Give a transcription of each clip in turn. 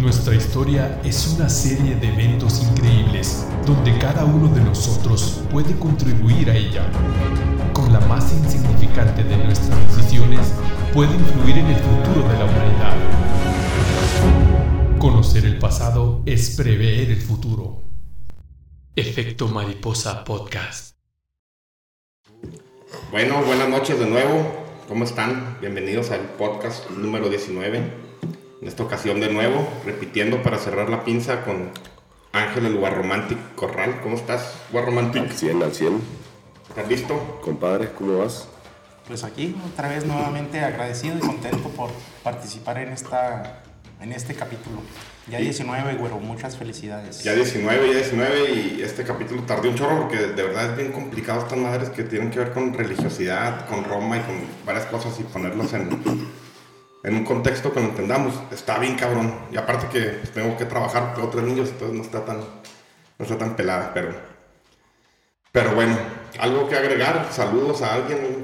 Nuestra historia es una serie de eventos increíbles donde cada uno de nosotros puede contribuir a ella. Con la más insignificante de nuestras decisiones puede influir en el futuro de la humanidad. Conocer el pasado es prever el futuro. Efecto Mariposa Podcast. Bueno, buenas noches de nuevo. ¿Cómo están? Bienvenidos al podcast número 19. En esta ocasión de nuevo, repitiendo para cerrar la pinza con Ángel el Guarromantic Corral. ¿Cómo estás, Guarromantic? Al 100. ¿Estás listo? Compadre, ¿cómo vas? Pues aquí, otra vez nuevamente agradecido y contento por participar en este capítulo. Ya 19, güero, muchas felicidades. Ya 19 y este capítulo tardó un chorro porque de verdad es bien complicado estas madres que tienen que ver con religiosidad, con Roma y con varias cosas y ponerlas en un contexto que lo entendamos. Está bien cabrón. Y aparte que pues, tengo que trabajar con otros niños, entonces no está tan pelada, pero bueno, algo que agregar, saludos a alguien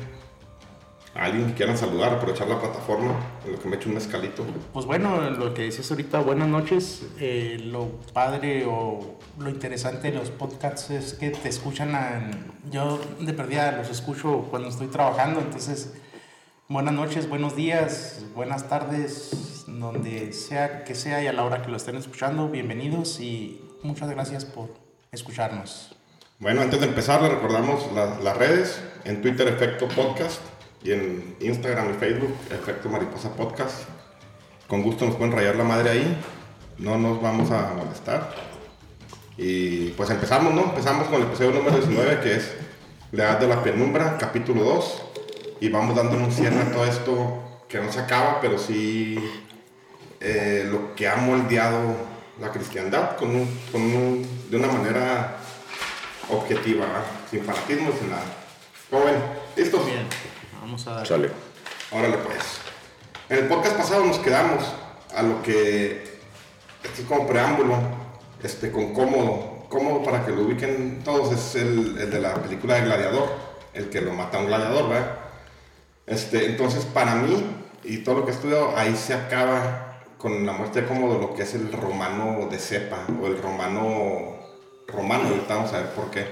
que quieran saludar, aprovechar la plataforma, en lo que me echo un mezcalito. Pues bueno, lo que decías ahorita, buenas noches. Lo padre o lo interesante de los podcasts es que te escuchan. Yo de perdida los escucho cuando estoy trabajando, entonces buenas noches, buenos días, buenas tardes, donde sea que sea y a la hora que lo estén escuchando, bienvenidos y muchas gracias por escucharnos. Bueno, antes de empezar, les recordamos las redes. En Twitter, Efecto Podcast. Y en Instagram y Facebook, Efecto Mariposa Podcast. Con gusto nos pueden rayar la madre ahí. No nos vamos a molestar. Y pues empezamos, ¿no? Empezamos con el episodio número 19, que es La Edad de la Penumbra, capítulo 2. Y vamos dando un cierre a todo esto que no se acaba, pero sí lo que ha moldeado la cristiandad de una manera objetiva, sin fanatismo, sin nada. ¿Cómo ven? ¿Listos? Bien, vamos a dar. Sale. Órale pues. En el podcast pasado nos quedamos a lo que es como preámbulo, con Cómodo para que lo ubiquen todos, es el de la película de Gladiador, el que lo mata a un gladiador, ¿verdad? Entonces para mí, y todo lo que he estudiado, ahí se acaba con la muerte de Cómodo lo que es el romano de cepa, o el romano, ahorita vamos a ver por qué.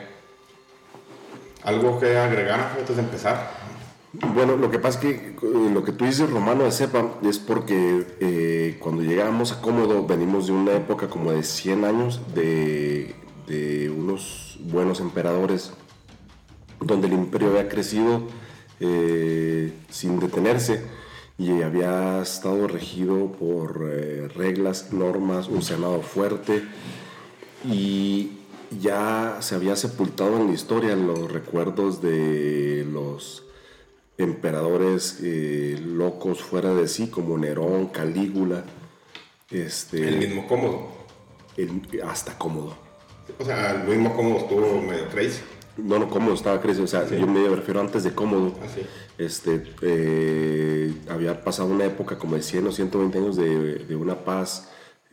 ¿Algo que agregar antes de empezar? Bueno, lo que pasa es que lo que tú dices romano de cepa es porque cuando llegamos a Cómodo venimos de una época como de 100 años de unos buenos emperadores donde el imperio había crecido sin detenerse y había estado regido por reglas, normas, un senado fuerte y ya se había sepultado en la historia los recuerdos de los emperadores locos fuera de sí, como Nerón, Calígula, el mismo Cómodo. Hasta Cómodo. O sea, el mismo Cómodo estuvo medio crazy. No, Cómodo estaba crazy, o sea, sí. Yo me refiero antes de Cómodo. Había pasado una época como de 100 o 120 años de una paz,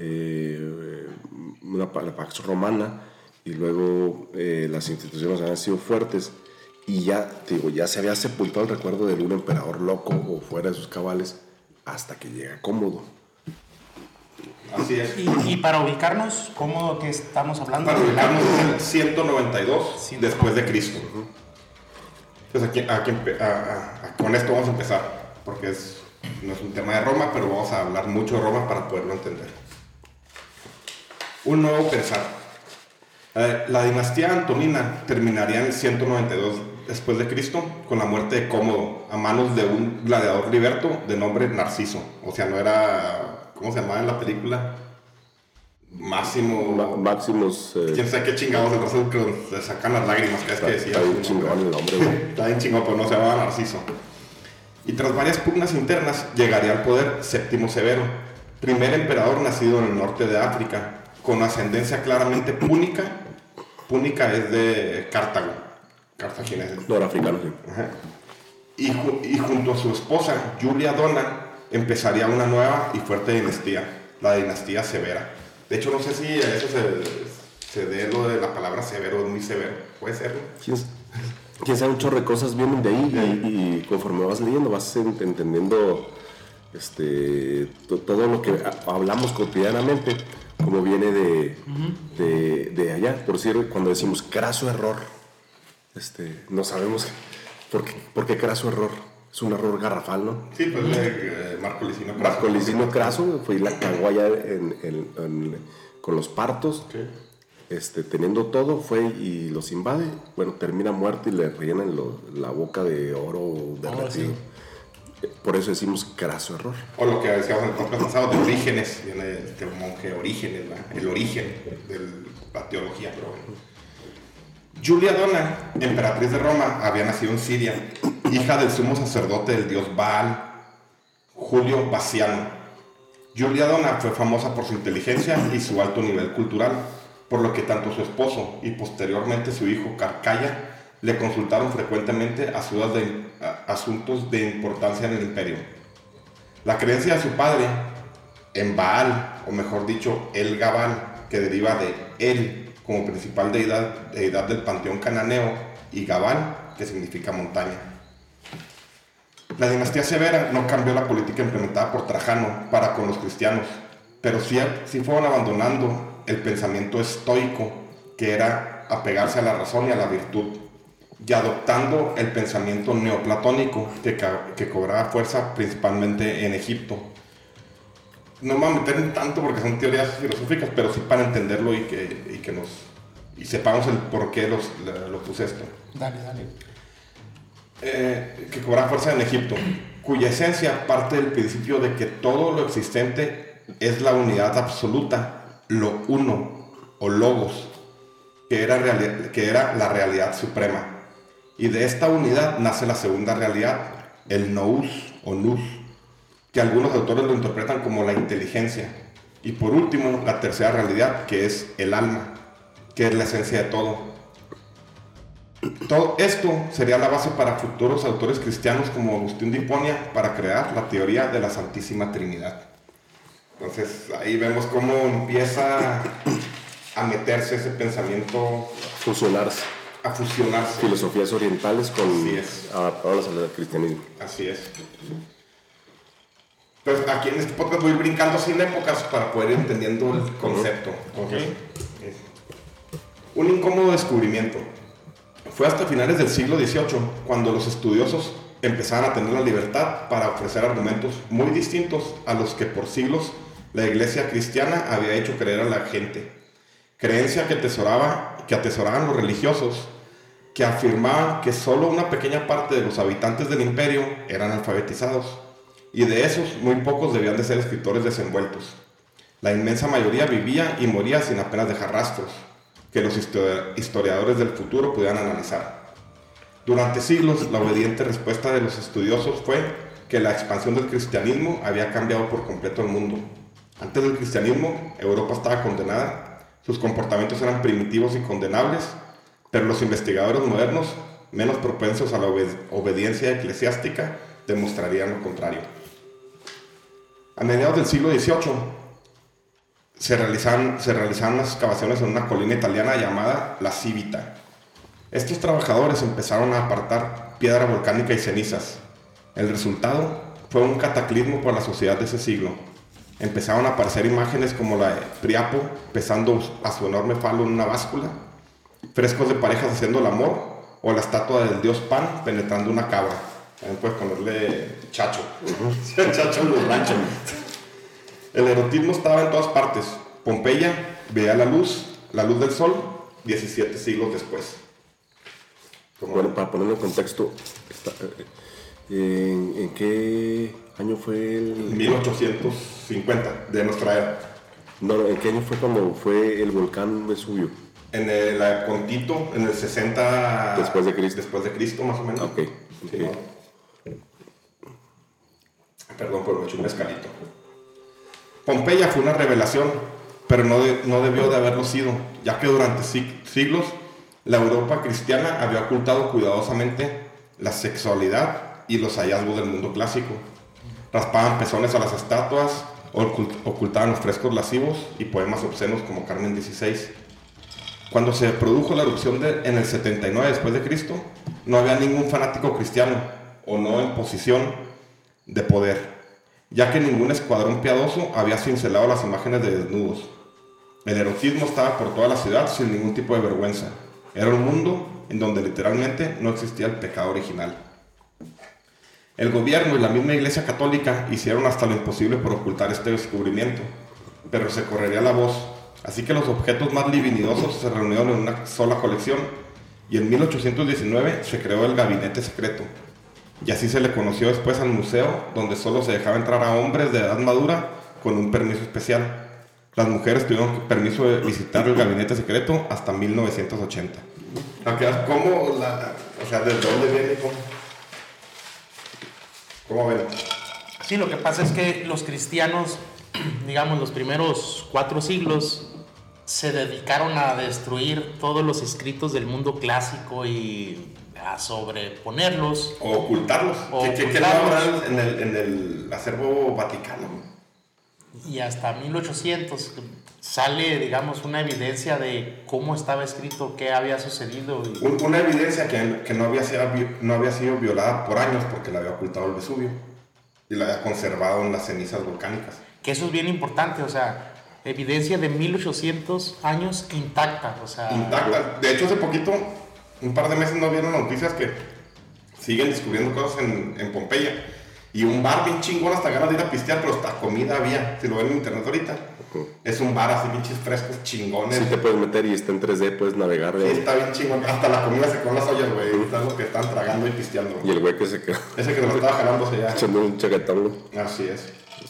la Pax Romana, y luego las instituciones habían sido fuertes y ya se había sepultado el recuerdo de un emperador loco o fuera de sus cabales hasta que llega Cómodo. Así es. Y para ubicarnos, ¿cómo que estamos hablando? Para ubicarnos en el 192 después de Cristo. Entonces con esto vamos a empezar, porque no es un tema de Roma, pero vamos a hablar mucho de Roma para poderlo entender. Un nuevo pensar. La dinastía Antonina terminaría en el 192 después de Cristo con la muerte de Cómodo a manos de un gladiador liberto de nombre Narciso. O sea, no era, ¿cómo se llamaba en la película? Máximos. Quién sabe qué chingados, entonces que le sacan las lágrimas cada vez que decía. Está bien chingón el nombre, güey. Está bien chingón, pero no se llamaba Narciso. Y tras varias pugnas internas llegaría al poder Séptimo Severo, primer emperador nacido en el norte de África, con ascendencia claramente púnica. Púnica es de Cartago, cartaginés. Norafricano, sí. Ajá. Y junto a su esposa, Julia Dona, empezaría una nueva y fuerte dinastía, la dinastía Severa. De hecho, no sé si a eso se dé lo de la palabra severo, es muy severo. ¿Puede ser? Quién sabe, un chorro de cosas vienen de ahí y conforme vas leyendo vas entendiendo todo lo que hablamos cotidianamente, como viene de allá. Por decir, cuando decimos craso error, no sabemos por qué craso error. Es un error garrafal, ¿no? Sí, pues Marco Licino Craso. Marco Licino Craso fue la cagó allá con los partos. Sí. Teniendo todo, fue y los invade. Bueno, termina muerto y le rellenan la boca de oro derretido. Sí. Por eso decimos craso error. O lo que decíamos en el podcast pasado de Orígenes, viene este monje Orígenes, el origen de la teología. Pero bueno. Julia Donna, emperatriz de Roma, había nacido en Siria, hija del sumo sacerdote del dios Baal, Julio Bassiano. Julia Donna fue famosa por su inteligencia y su alto nivel cultural, por lo que tanto su esposo y posteriormente su hijo Carcalla le consultaron frecuentemente asuntos de importancia en el imperio. La creencia de su padre en Baal, o mejor dicho, El Gabal, que deriva de El como principal deidad del panteón cananeo, y Gabal, que significa montaña. La dinastía severa no cambió la política implementada por Trajano para con los cristianos, pero sí fueron abandonando el pensamiento estoico, que era apegarse a la razón y a la virtud, y adoptando el pensamiento neoplatónico, que cobraba fuerza principalmente en Egipto. No me voy a meter en tanto porque son teorías filosóficas, pero sí para entenderlo y sepamos el por qué lo puse esto. Dale. Que cobraba fuerza en Egipto, cuya esencia parte del principio de que todo lo existente es la unidad absoluta, lo uno o logos, que era la realidad suprema. Y de esta unidad nace la segunda realidad, el nous o nous, que algunos autores lo interpretan como la inteligencia. Y por último, la tercera realidad, que es el alma, que es la esencia de todo. Todo esto sería la base para futuros autores cristianos como Agustín de Hiponia para crear la teoría de la Santísima Trinidad. Entonces ahí vemos cómo empieza a meterse ese pensamiento, a fusionarse. Filosofías orientales adaptadas al cristianismo. Así es. Entonces aquí en este podcast voy a ir brincando sin épocas para poder ir entendiendo el concepto. ¿Okay? Un incómodo descubrimiento. Fue hasta finales del siglo XVIII cuando los estudiosos empezaron a tener la libertad para ofrecer argumentos muy distintos a los que por siglos la iglesia cristiana había hecho creer a la gente. Creencia que atesoraban los religiosos, que afirmaban que solo una pequeña parte de los habitantes del imperio eran alfabetizados, y de esos muy pocos debían de ser escritores desenvueltos. La inmensa mayoría vivía y moría sin apenas dejar rastros que los historiadores del futuro pudieran analizar. Durante siglos, la obediente respuesta de los estudiosos fue que la expansión del cristianismo había cambiado por completo el mundo. Antes del cristianismo, Europa estaba condenada, sus comportamientos eran primitivos y condenables, pero los investigadores modernos, menos propensos a la obediencia eclesiástica, demostrarían lo contrario. A mediados del siglo XVIII, se realizaban unas excavaciones en una colina italiana llamada La Civita. Estos trabajadores empezaron a apartar piedra volcánica y cenizas. El resultado fue un cataclismo para la sociedad de ese siglo. Empezaron a aparecer imágenes como la de Priapo pesando a su enorme falo en una báscula, frescos de parejas haciendo el amor, o la estatua del dios Pan penetrando una cabra. También puedes ponerle Chacho. Chacho en los ranchos. El erotismo estaba en todas partes. Pompeya veía la luz del sol 17 siglos después. Bueno, para ponerlo en contexto, ¿en qué año fue 1850 de nuestra era. No, ¿en qué año fue cuando fue el volcán Vesubio? En la Pontito, en el 60 después de Cristo. Después de Cristo, más o menos. Ok. Sí, ¿no? Perdón, pero me eché un mezcalito. Pompeya fue una revelación, pero no debió de haberlo sido, ya que durante siglos la Europa cristiana había ocultado cuidadosamente la sexualidad y los hallazgos del mundo clásico. Raspaban pezones a las estatuas, ocultaban los frescos lascivos y poemas obscenos como Carmen XVI. Cuando se produjo la erupción en el 79 después de Cristo, no había ningún fanático cristiano o no en posición de poder. ya que ningún escuadrón piadoso había cincelado las imágenes de desnudos. El erotismo estaba por toda la ciudad sin ningún tipo de vergüenza. Era un mundo en donde literalmente no existía el pecado original. El gobierno y la misma Iglesia Católica hicieron hasta lo imposible por ocultar este descubrimiento, pero se correría la voz, así que los objetos más libidinosos se reunieron en una sola colección, y en 1819 se creó el Gabinete Secreto, y así se le conoció después al museo, donde solo se dejaba entrar a hombres de edad madura con un permiso especial. Las mujeres tuvieron permiso de visitar el Gabinete Secreto hasta 1980. ¿Cómo o sea, ¿desde dónde viene? ¿Cómo ven? Sí, lo que pasa es que los cristianos, digamos, los primeros 4 siglos, se dedicaron a destruir todos los escritos del mundo clásico y a sobreponerlos. O ocultarlos. ¿Qué no habrá en el acervo vaticano? Y hasta 1800 sale, digamos, una evidencia de cómo estaba escrito, qué había sucedido. Una evidencia que no había sido violada por años porque la había ocultado el Vesubio y la había conservado en las cenizas volcánicas. Que eso es bien importante, o sea, evidencia de 1800 años intacta, o sea... Intacta. De hecho, hace poquito, un par de meses no vieron noticias que siguen descubriendo cosas en Pompeya. Y un bar bien chingón, hasta ganas de ir a pistear, pero hasta comida había. Si lo ven en internet ahorita, es un bar así, pinches frescos, chingones. Sí te puedes meter y está en 3D, puedes navegar. Sí, está bien chingón. Hasta la comida se con las ollas, güey. Están los que están tragando y pisteando. Y el güey que se quedó. Ese que se lo estaba jalándose ya. Echando un chaquetón. Así es.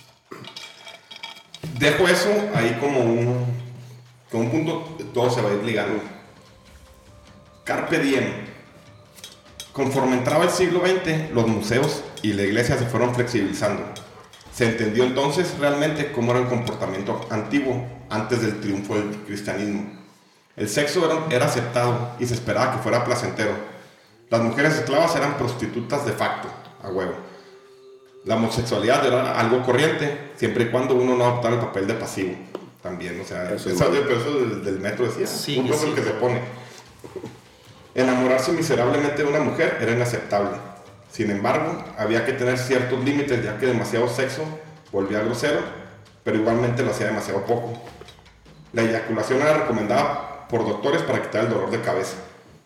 Dejo eso ahí como un punto, todo se va a ir ligando. Carpe diem. Conforme entraba el siglo XX, los museos y la iglesia se fueron flexibilizando. Se entendió entonces realmente cómo era el comportamiento antiguo antes del triunfo del cristianismo. El sexo era aceptado y se esperaba que fuera placentero. Las mujeres esclavas eran prostitutas de facto, a huevo. La homosexualidad era algo corriente, siempre y cuando uno no adoptara el papel de pasivo. También, o sea, eso del metro decía, sí, uno es el que se pone. Enamorarse miserablemente de una mujer era inaceptable. Sin embargo, había que tener ciertos límites, ya que demasiado sexo volvía grosero, pero igualmente lo hacía demasiado poco. La eyaculación era recomendada por doctores para quitar el dolor de cabeza.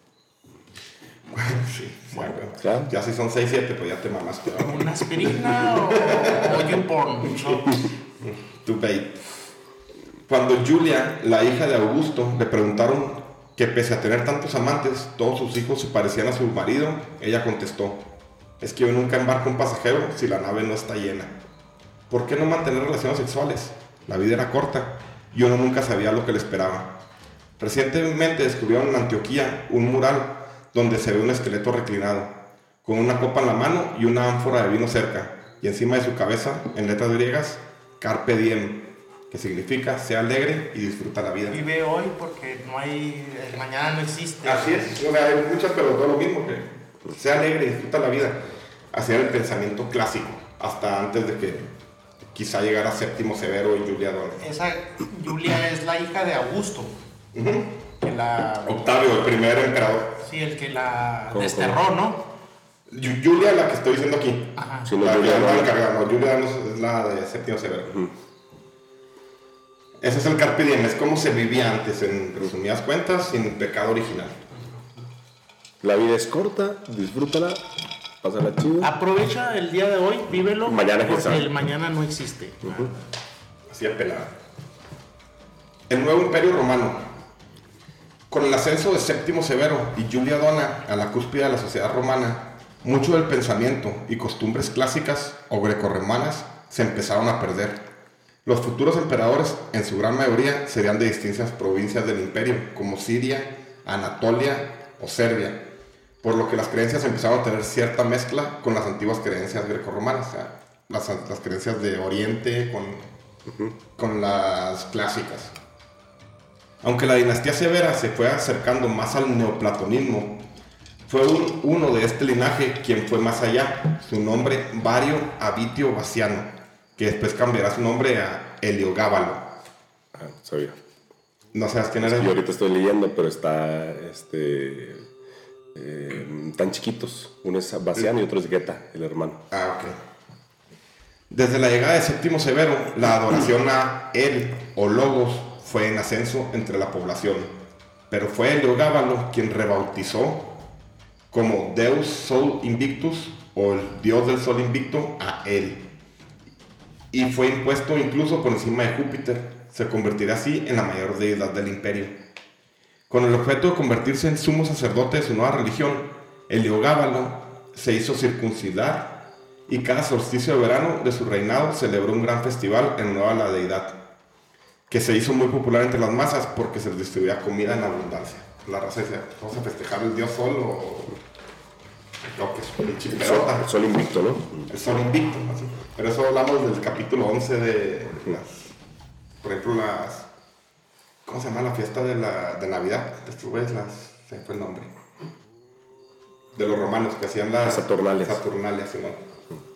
Bueno, sí, bueno, ¿claro? Ya si son 6-7, pues ya te mamaste. ¿Una aspirina o YouPorn? Tu bait. Cuando Julia, la hija de Augusto, le preguntaron que pese a tener tantos amantes, todos sus hijos se parecían a su marido, ella contestó: es que yo nunca embarco un pasajero si la nave no está llena. ¿Por qué no mantener relaciones sexuales? La vida era corta y uno nunca sabía lo que le esperaba. Recientemente descubrieron en Antioquía un mural donde se ve un esqueleto reclinado, con una copa en la mano y una ánfora de vino cerca, y encima de su cabeza, en letras griegas, Carpe diem, que significa sea alegre y disfruta la vida. Vive hoy porque no hay, el mañana no existe. Así es, o sea, hay muchas, pero todo lo mismo, que sea alegre y disfruta la vida. Así era el pensamiento clásico, hasta antes de que quizá llegara Séptimo Severo y Julia Dona. Esa Julia es la hija de Augusto. Que Octavio, el primer emperador. Sí, el que la desterró, ¿no? Julia, la que estoy diciendo aquí. Ajá. Sí, La Julia no no. encargada, no, Julia es la de Séptimo Severo. Ese es el Carpe diem, es como se vivía antes, en resumidas cuentas, sin pecado original. La vida es corta, disfrútala, pásala chido. Aprovecha el día de hoy, vívelo, Mañana porque quizá. el mañana no existe. Así apelada. El nuevo imperio romano. Con el ascenso de Séptimo Severo y Julia Dona a la cúspide de la sociedad romana, mucho del pensamiento y costumbres clásicas o grecorromanas se empezaron a perder. Los futuros emperadores, en su gran mayoría, serían de distintas provincias del imperio, como Siria, Anatolia o Serbia, por lo que las creencias empezaron a tener cierta mezcla con las antiguas creencias grecorromanas, o sea, las creencias de Oriente con las clásicas. Aunque la dinastía severa se fue acercando más al neoplatonismo, fue uno de este linaje quien fue más allá, su nombre Vario Abitio Vasiano, que después cambiará su nombre a Heliogábalo. Ah, sabía. No sabes quién era. Yo ahorita estoy leyendo, pero está tan chiquitos. Uno es Bastián y otro es Geta, el hermano. Ah, ok. Desde la llegada de Séptimo Severo, la adoración a él o Logos fue en ascenso entre la población, pero fue Heliogábalo quien rebautizó como Deus Sol Invictus o el Dios del Sol Invicto a él, y fue impuesto incluso por encima de Júpiter. Se convertirá así en la mayor deidad del imperio. Con el objeto de convertirse en sumo sacerdote de su nueva religión, Heliogábalo se hizo circuncidar y cada solsticio de verano de su reinado celebró un gran festival en honor a la deidad, que se hizo muy popular entre las masas porque se les distribuía comida en abundancia. La raza decía, vamos a festejar el dios sol o creo que es un chimperota. El sol invicto, ¿no? El sol invicto, así. Pero eso hablamos del capítulo 11 de por ejemplo, ¿cómo se llama la fiesta de Navidad? Después se fue el nombre. De los romanos que hacían las Saturnales, ¿sí, no?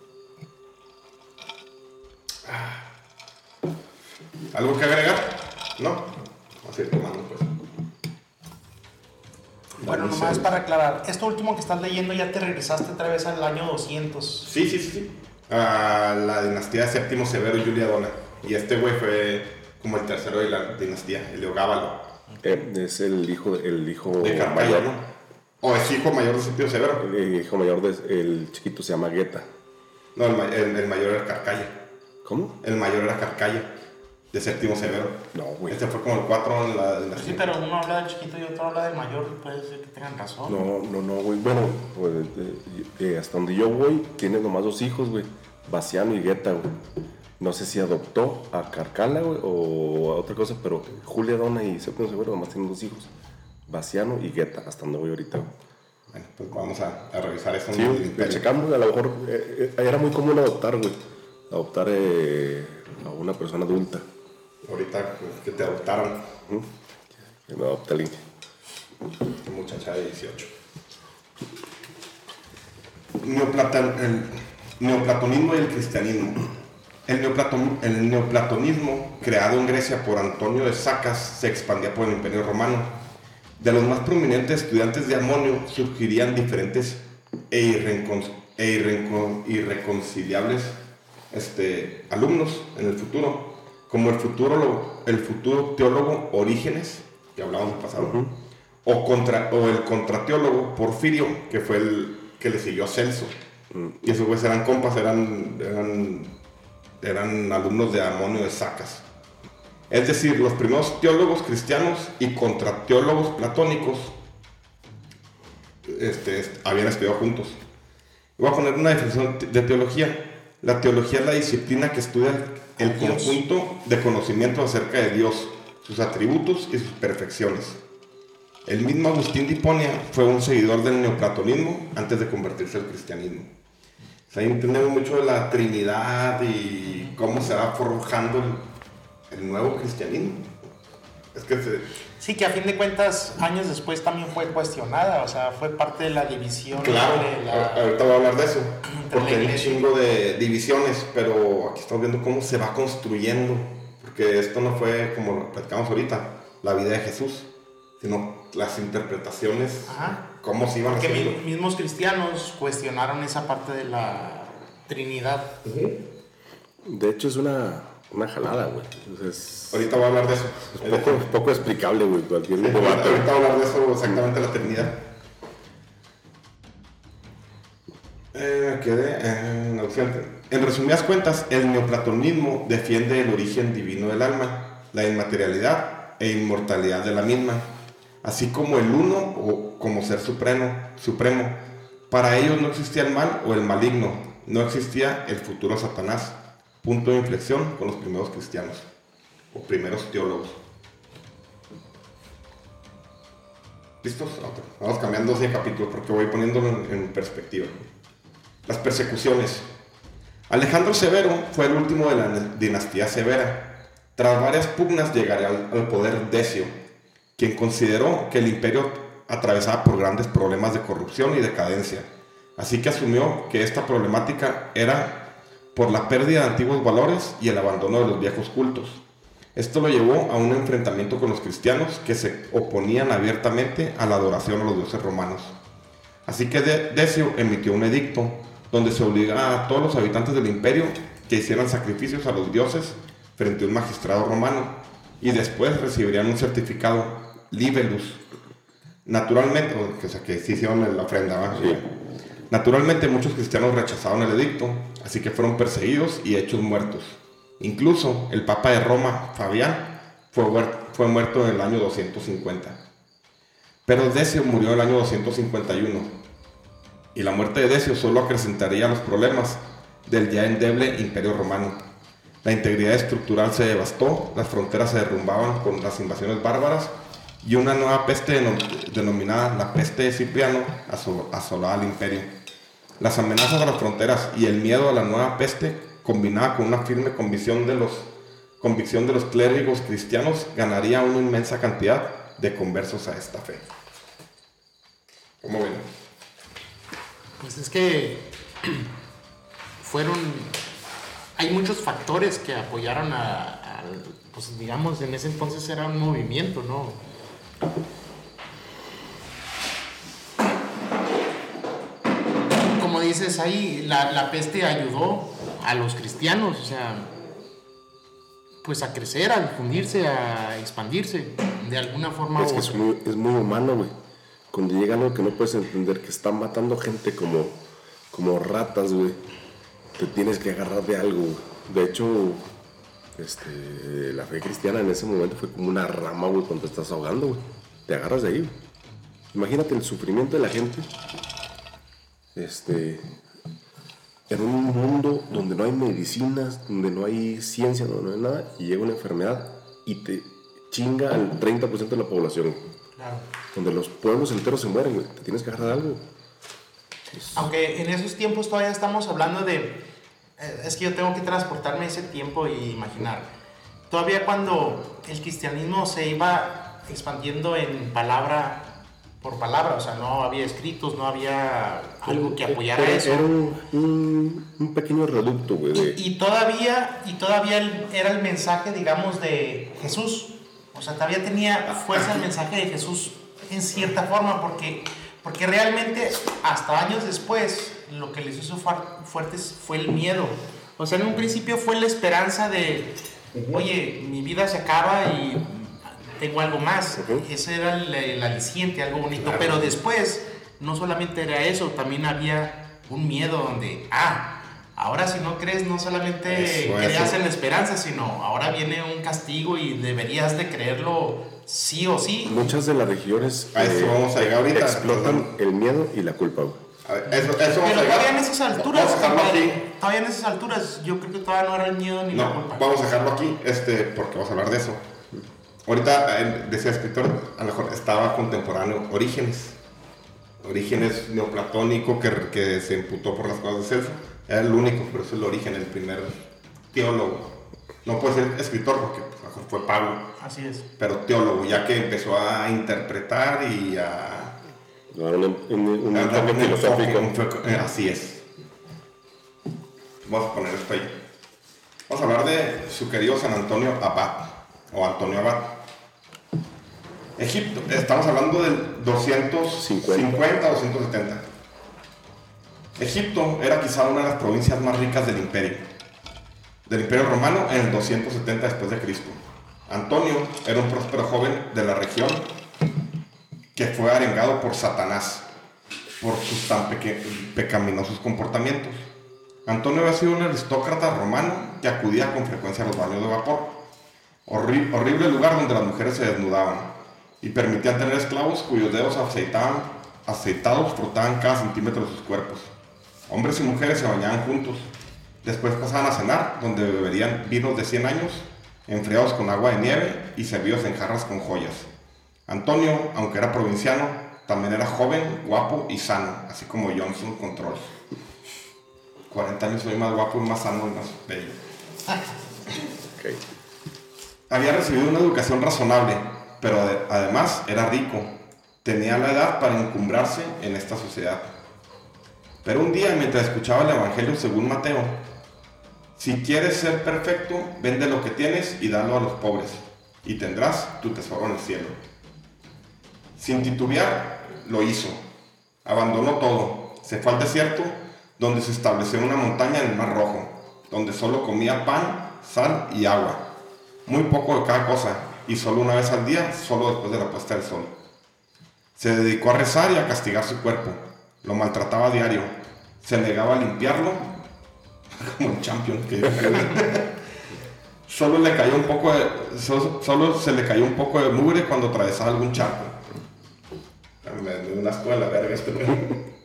¿Algo que agregar? ¿No? Vamos a ir tomando, pues. Bueno, nomás para aclarar, esto último que estás leyendo ya te regresaste otra vez al año 200. Sí. A la dinastía de Séptimo Severo y Julia Dona. Y este güey fue como el tercero de la dinastía, Heliogábalo. Es el hijo de Carcalla, mayor, ¿no? O es hijo mayor de Séptimo Severo. El hijo mayor el chiquito se llama Geta. No, el mayor era Carcalla. ¿Cómo? El mayor era Carcalla, de Séptimo Severo. No, güey. Este fue como el 4 en la dinastía. Sí, pero uno habla del chiquito y otro habla del mayor, puede ser que tengan razón. No, güey. Bueno, hasta donde yo voy, tiene nomás 2 hijos, güey. Baciano y Geta, güey. No sé si adoptó a Carcala, güey, o a otra cosa, pero Julia Dona y Séptimo Severo nomás tienen 2 hijos. Baciano y Geta, hasta donde voy ahorita, güey. Bueno, pues vamos a revisar eso. Sí, lo checamos, a lo mejor era muy común adoptar, güey. Adoptar a una persona adulta. Ahorita que te adoptaron. Que me adopta alguien. Muchacha de 18. El neoplatonismo y el cristianismo. El neoplatonismo, creado en Grecia por Antonio de Sacas, se expandía por el Imperio Romano. De los más prominentes estudiantes de Amonio surgirían diferentes irreconciliables alumnos en el futuro, como el futuro teólogo Orígenes, que hablamos del pasado, o el contrateólogo Porfirio, que fue el que le siguió a Celso. Y esos güeyes eran compas, eran alumnos de Amonio de Sacas. Es decir, los primeros teólogos cristianos y contrateólogos platónicos habían estudiado juntos. Voy a poner una definición de teología. La teología es la disciplina que estudia el conjunto de conocimientos acerca de Dios, sus atributos y sus perfecciones. El mismo Agustín de Hiponia fue un seguidor del neoplatonismo antes de convertirse al cristianismo. O sea, ahí entendemos mucho de la Trinidad y cómo se va forjando el nuevo cristianismo. Es que Sí, que a fin de cuentas, años después también fue cuestionada, o sea, fue parte de la división. Claro, ahorita voy a hablar de eso, porque hay un iglesia. chingo de divisiones, pero aquí estamos viendo cómo se va construyendo, porque esto no fue, como lo platicamos ahorita, la vida de Jesús, sino las interpretaciones, cómo se iban porque haciendo. mismos cristianos cuestionaron esa parte de la Trinidad. De hecho, es una jalada, güey. Entonces, Ahorita voy a hablar de eso. es poco explicable, güey. Cualquier Ahorita debate. voy a hablar de eso, exactamente la Trinidad. En resumidas cuentas, el neoplatonismo defiende el origen divino del alma, la inmaterialidad e inmortalidad de la misma, así como el uno o como ser supremo. Para ellos no existía el mal o el maligno, no existía el futuro Satanás. Punto de inflexión con los primeros cristianos o primeros teólogos. ¿Listos? Vamos cambiando ese capítulo porque voy poniéndolo en perspectiva. Las persecuciones. Alejandro Severo fue el último de la dinastía Severa. Tras varias pugnas llegaría al poder Decio, quien consideró que el imperio atravesaba por grandes problemas de corrupción y decadencia. Así que asumió que esta problemática era por la pérdida de antiguos valores y el abandono de los viejos cultos. Esto lo llevó a un enfrentamiento con los cristianos que se oponían abiertamente a la adoración a los dioses romanos. Así que Decio emitió un edicto donde se obligaba a todos los habitantes del imperio que hicieran sacrificios a los dioses frente a un magistrado romano y después recibirían un certificado libellus. Naturalmente, o sea que sí hicieron la ofrenda, ¿verdad? Sí. Naturalmente muchos cristianos rechazaron el edicto, así que fueron perseguidos y hechos muertos. Incluso el Papa de Roma, Fabián, fue muerto en el año 250. Pero Decio murió en el año 251. Y la muerte de Decio solo acrecentaría los problemas del ya endeble Imperio Romano. La integridad estructural se devastó, las fronteras se derrumbaban con las invasiones bárbaras y una nueva peste denominada la peste de Cipriano asolaba al imperio. Las amenazas a las fronteras y el miedo a la nueva peste, combinada con una firme convicción de los clérigos cristianos, ganaría una inmensa cantidad de conversos a esta fe. ¿Cómo ven? Pues es que hay muchos factores que apoyaron pues digamos, en ese entonces era un movimiento, ¿no? Como dices ahí, la peste ayudó a los cristianos, o sea, pues a crecer, a difundirse, a expandirse, de alguna forma. Es que es muy humano, güey. Cuando llega algo que no puedes entender, que está matando gente como ratas, güey, te tienes que agarrar de algo, güey. De hecho, la fe cristiana en ese momento fue como una rama, güey, cuando te estás ahogando, güey. Te agarras de ahí, güey. Imagínate el sufrimiento de la gente. En un mundo donde no hay medicinas, donde no hay ciencia, donde no hay nada, y llega una enfermedad y te chinga al 30% de la población, güey. Claro. Donde los pueblos enteros se mueren, güey. Te tienes que agarrar de algo. Aunque en esos tiempos todavía estamos hablando de... Es que yo tengo que transportarme ese tiempo e imaginar. Todavía cuando el cristianismo se iba expandiendo en palabra por palabra, o sea, no había escritos, no había algo que apoyara eso. Era un pequeño reducto, güey. Y todavía era el mensaje, digamos, de Jesús. O sea, todavía tenía fuerza el mensaje de Jesús en cierta forma, porque realmente hasta años después lo que les hizo fuertes fue el miedo. O sea, en un principio fue la esperanza de, oye, mi vida se acaba y tengo algo más. Ese era el aliciente, algo bonito. Claro. Pero después no solamente era eso, también había un miedo donde, ahora si no crees, no solamente creas en la esperanza, sino ahora viene un castigo y deberías de creerlo sí o sí. Muchas de las regiones a eso vamos a llegar ahorita, explotan el miedo y la culpa, güey. Eso pero todavía en esas alturas, yo creo que todavía no era el miedo ni la culpa. Vamos a dejarlo aquí, porque vamos a hablar de eso. Ahorita decía escritor, a lo mejor estaba contemporáneo Orígenes neoplatónico que se imputó por las cosas de Celso. Era el único, pero es el origen, el primer teólogo. No puede ser escritor porque fue Pablo. Así es. Pero teólogo, ya que empezó a interpretar y a... un enfoque filosófico. Así es. Vamos a poner esto ahí. Vamos a hablar de su querido San Antonio Abad, o Antonio Abad. Egipto, estamos hablando del 250 o 270. Egipto era quizá una de las provincias más ricas del imperio romano en el 270 después de Cristo. Antonio era un próspero joven de la región que fue arengado por Satanás por sus tan pecaminosos comportamientos. Antonio había sido un aristócrata romano que acudía con frecuencia a los baños de vapor, horrible lugar donde las mujeres se desnudaban y permitían tener esclavos cuyos dedos aceitados frotaban cada centímetro de sus cuerpos. Hombres y mujeres se bañaban juntos. Después pasaban a cenar, donde beberían vinos de 100 años, enfriados con agua de nieve y servidos en jarras con joyas. Antonio, aunque era provinciano, también era joven, guapo y sano, así como Johnson Control. 40 años soy más guapo y más sano y más bello. Okay. Había recibido una educación razonable, pero además era rico. Tenía la edad para encumbrarse en esta sociedad. Pero un día, mientras escuchaba el Evangelio según Mateo, si quieres ser perfecto, vende lo que tienes y dalo a los pobres, y tendrás tu tesoro en el cielo. Sin titubear, lo hizo. Abandonó todo. Se fue al desierto, donde se estableció en una montaña en el Mar Rojo. donde solo comía pan, sal y agua. Muy poco de cada cosa, y solo una vez al día, solo después de la puesta del sol. Se dedicó a rezar y a castigar su cuerpo. Lo maltrataba a diario. Se negaba a limpiarlo, como un champion que yo creo. Solo se le cayó un poco de mugre cuando atravesaba algún charco. Me dio un asco de la verga este pedo.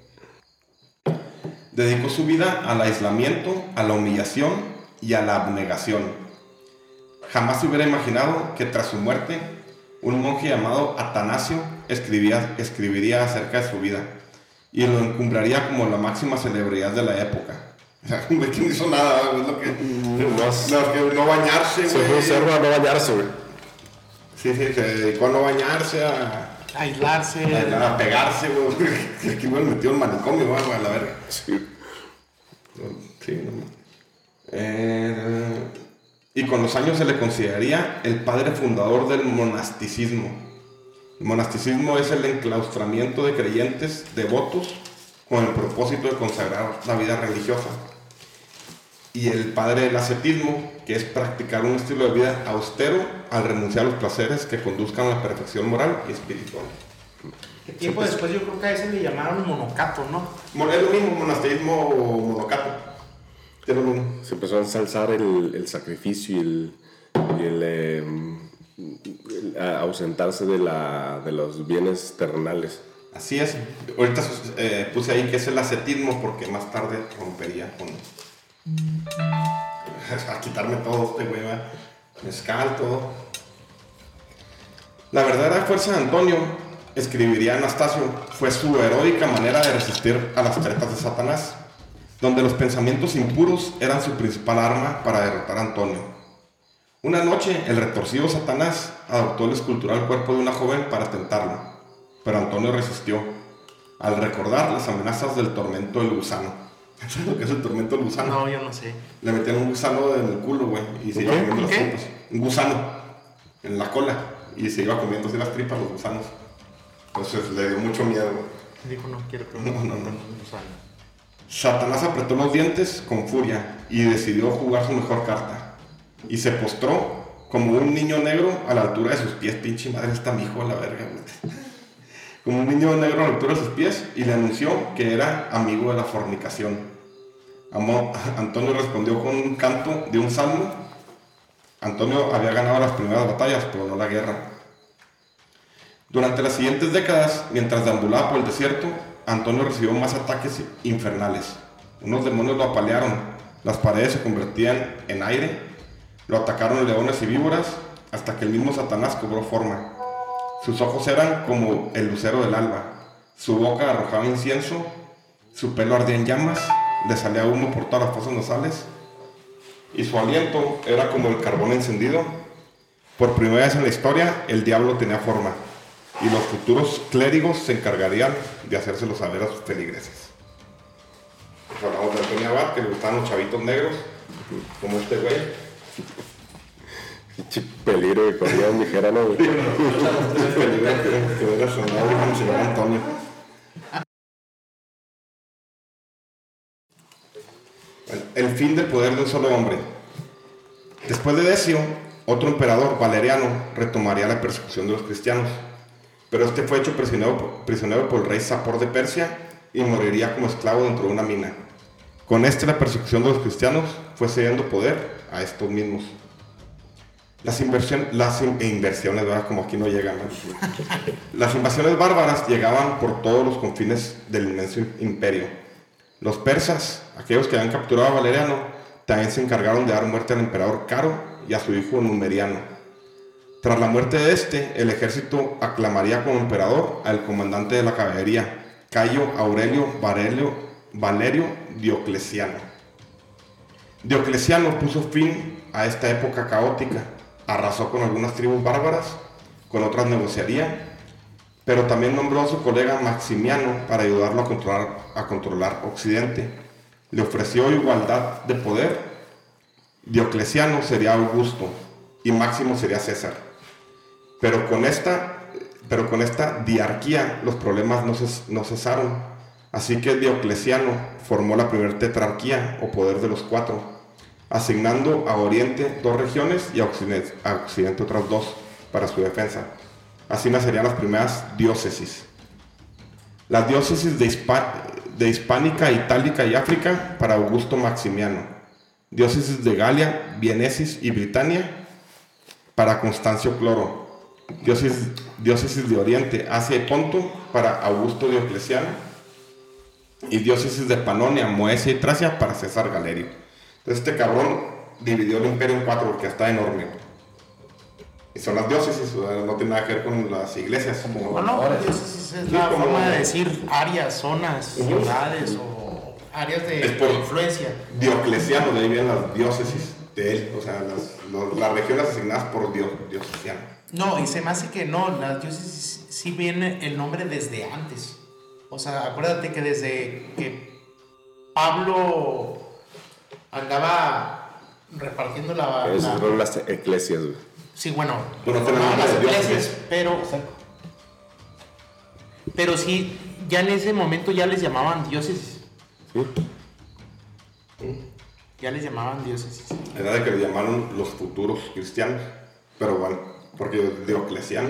Dedicó su vida al aislamiento, a la humillación y a la abnegación. Jamás se hubiera imaginado que tras su muerte, un monje llamado Atanasio escribiría acerca de su vida y lo encumbraría como la máxima celebridad de la época. O sea, güey, que no hizo nada, es lo que... No bañarse, güey. Se fue cerdo a no bañarse, güey. Sí, se dedicó a no bañarse, a aislarse, a pegarse, güey. Aquí me metió en manicomio, güey, a la verga. Sí. Sí, no. Y con los años se le consideraría el padre fundador del monasticismo. El monasticismo es el enclaustramiento de creyentes devotos con el propósito de consagrar la vida religiosa. Y el padre del ascetismo, que es practicar un estilo de vida austero al renunciar a los placeres que conduzcan a la perfección moral y espiritual. ¿Qué tiempo después? Yo creo que a ese le llamaron monocato, ¿no? Es lo mismo, monasticismo o monocato. Es lo mismo. Se empezó a ensalzar el sacrificio y el ausentarse de los bienes terrenales. Así es. Ahorita puse ahí que es el ascetismo porque más tarde rompería con... a quitarme todo este güey, mezcal, todo. La verdadera fuerza de Antonio, escribiría Anastasio, fue su heroica manera de resistir a las tretas de Satanás, donde los pensamientos impuros eran su principal arma para derrotar a Antonio. Una noche, el retorcido Satanás adoptó el escultural cuerpo de una joven para tentarlo, pero Antonio resistió, al recordar las amenazas del tormento del gusano. ¿Sabes lo que es el tormento del gusano? No, yo no sé. Le metían un gusano en el culo, güey, y se iba comiendo las tripas. Un gusano en la cola, y se iba comiendo así las tripas, los gusanos. Entonces le dio mucho miedo, güey. Dijo, no quiero que no. Satanás apretó los dientes con furia y decidió jugar su mejor carta. Y se postró como un niño negro a la altura de sus pies. Pinche madre, está mi hijo a la verga, güey. Como un niño negro a la altura de sus pies, y le anunció que era amigo de la fornicación. Antonio respondió con un canto de un salmo. Antonio había ganado las primeras batallas, pero no la guerra. Durante las siguientes décadas, mientras deambulaba por el desierto, Antonio recibió más ataques infernales. Unos demonios lo apalearon, las paredes se convertían en aire, lo atacaron leones y víboras, hasta que el mismo Satanás cobró forma. Sus ojos eran como el lucero del alba, su boca arrojaba incienso, su pelo ardía en llamas, le salía humo por todas las fosas nasales, y su aliento era como el carbón encendido. Por primera vez en la historia, el diablo tenía forma, y los futuros clérigos se encargarían de hacérselo saber a sus feligreses. Pues hablamos de Antonio Abad, que le gustaban los chavitos negros, como este güey. Pinche peligro que corría un ligerano, güey. Peligro que hubiera sonado como si fuera Antonio. Bueno, el fin del poder de un solo hombre. Después de Decio, otro emperador, Valeriano, retomaría la persecución de los cristianos. Pero este fue hecho prisionero por el rey Sapor de Persia y moriría como esclavo dentro de una mina. Con la persecución de los cristianos fue cediendo poder a estos mismos. Las inversiones, ¿verdad? Como aquí no llegan, ¿no? Las invasiones bárbaras llegaban por todos los confines del inmenso imperio. Los persas, aquellos que habían capturado a Valeriano, también se encargaron de dar muerte al emperador Caro y a su hijo Numeriano. Tras la muerte de el ejército aclamaría como emperador al comandante de la caballería, Cayo Aurelio Valerio Diocleciano. Diocleciano puso fin a esta época caótica, arrasó con algunas tribus bárbaras, con otras negociaría, pero también nombró a su colega Maximiano para ayudarlo a controlar Occidente. Le ofreció igualdad de poder. Diocleciano sería Augusto y Máximo sería César. Pero con esta diarquía los problemas no cesaron. Así que Diocleciano formó la primera tetrarquía o poder de los cuatro. asignando a Oriente 2 regiones y a Occidente otras 2 para su defensa. Así nacerían las primeras diócesis. Las diócesis de Hispánica, Itálica y África para Augusto Maximiano. Diócesis de Galia, Vienesis y Britania para Constancio Cloro. Diócesis de Oriente, Asia y Ponto para Augusto Diocleciano. Y diócesis de Panonia, Moesia y Tracia para César Galerio. Entonces este cabrón dividió el imperio en 4 porque está enorme. Y son las diócesis, o sea, no tiene nada que ver con las iglesias. Bueno, diócesis es la forma de decir áreas, zonas, ciudades o áreas de influencia. Diocleciano, de ahí vienen las diócesis de él, o sea, las regiones asignadas por Diocleciano. No, y se me hace que no, las diócesis sí viene el nombre desde antes. O sea, acuérdate que desde que Pablo andaba repartiendo Esas son las eclesias, güey. Sí, bueno, las iglesias, pero sí, ya en ese momento ya les llamaban diócesis. ¿Sí? Ya les llamaban diócesis. Era de que le llamaron los futuros cristianos, pero bueno, porque Diocleciano.